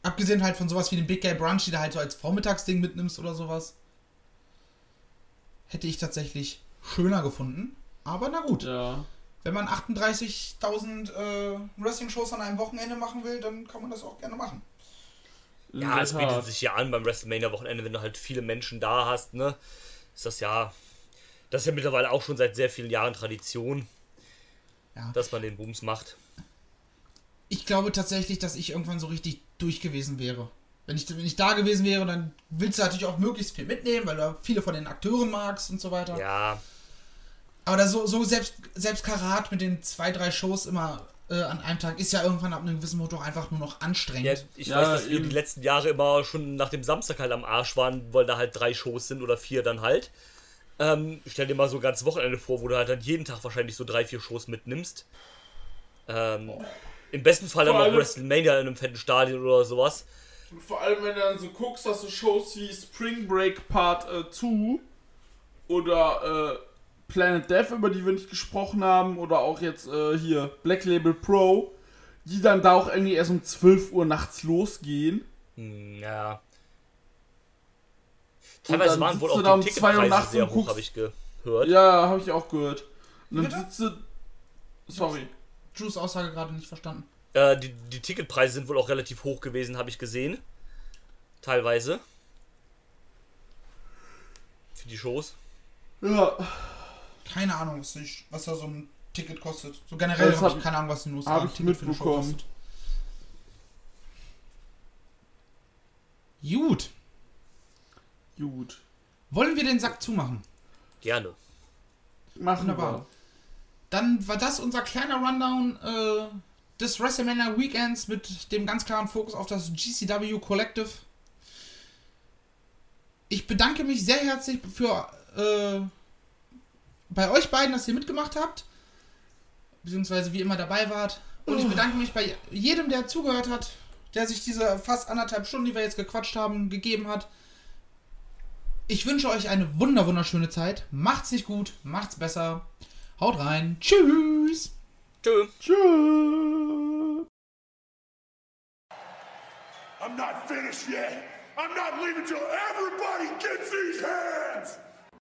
Abgesehen halt von sowas wie den Big Gay Brunch, die du halt so als Vormittagsding mitnimmst oder sowas. Hätte ich tatsächlich schöner gefunden. Aber na gut. Ja. Wenn man achtunddreißigtausend äh, Wrestling-Shows an einem Wochenende machen will, dann kann man das auch gerne machen. Ja, es bietet sich ja an beim WrestleMania-Wochenende, wenn du halt viele Menschen da hast, ne? Ist das ja... Das ist ja mittlerweile auch schon seit sehr vielen Jahren Tradition, Ja. dass man den Booms macht. Ich glaube tatsächlich, dass ich irgendwann so richtig durch gewesen wäre. Wenn ich, wenn ich da gewesen wäre, dann willst du natürlich auch möglichst viel mitnehmen, weil du viele von den Akteuren magst und so weiter. Ja. Aber da so, so selbst, selbst Karat mit den zwei, drei Shows immer äh, an einem Tag ist ja irgendwann ab einem gewissen Motto einfach nur noch anstrengend. Ja, ich Ja, weiß, dass wir eben. die letzten Jahre immer schon nach dem Samstag halt am Arsch waren, weil da halt drei Shows sind oder vier dann halt. Ähm, stell dir mal so ein ganzes Wochenende vor, wo du halt dann jeden Tag wahrscheinlich so drei, vier Shows mitnimmst. Ähm, im besten Fall dann Vor noch allem- WrestleMania in einem fetten Stadion oder sowas. Und vor allem, wenn du dann so guckst, dass du Shows wie Spring Break Part äh, zwei oder äh, Planet Death, über die wir nicht gesprochen haben, oder auch jetzt äh, hier Black Label Pro, die dann da auch irgendwie erst um zwölf Uhr nachts losgehen. Hm, ja. Und Teilweise dann waren wohl sitzt du auch da um die zwei Uhr Ticketpreise nachts sehr und hoch, guckst- habe ich gehört. Ja, habe ich auch gehört. Und dann Bitte? sitzt du... Sorry. Drews Aussage gerade nicht verstanden. Äh, die, die Ticketpreise sind wohl auch relativ hoch gewesen, habe ich gesehen. Teilweise. Für die Shows. Ja, Keine Ahnung, was, ich, was da so ein Ticket kostet. So generell Das habe hab- ich keine Ahnung, was in den U S A hab ein ich Ticket für eine Show mitbekommen. kostet. Gut. gut. Wollen wir den Sack zumachen? Gerne. Machen Wunderbar. wir. Dann war das unser kleiner Rundown äh, des WrestleMania Weekends mit dem ganz klaren Fokus auf das G C W Collective. Ich bedanke mich sehr herzlich für äh, bei euch beiden, dass ihr mitgemacht habt, beziehungsweise wie immer dabei wart. Und ich bedanke mich bei jedem, der zugehört hat, der sich diese fast anderthalb Stunden, die wir jetzt gequatscht haben, gegeben hat. Ich wünsche euch eine wunder wunderschöne Zeit. Macht's nicht gut, macht's besser. Haut rein. Tschüss. Tschö. Tschüss. I'm not finished yet. I'm not leaving till everybody gets these hands.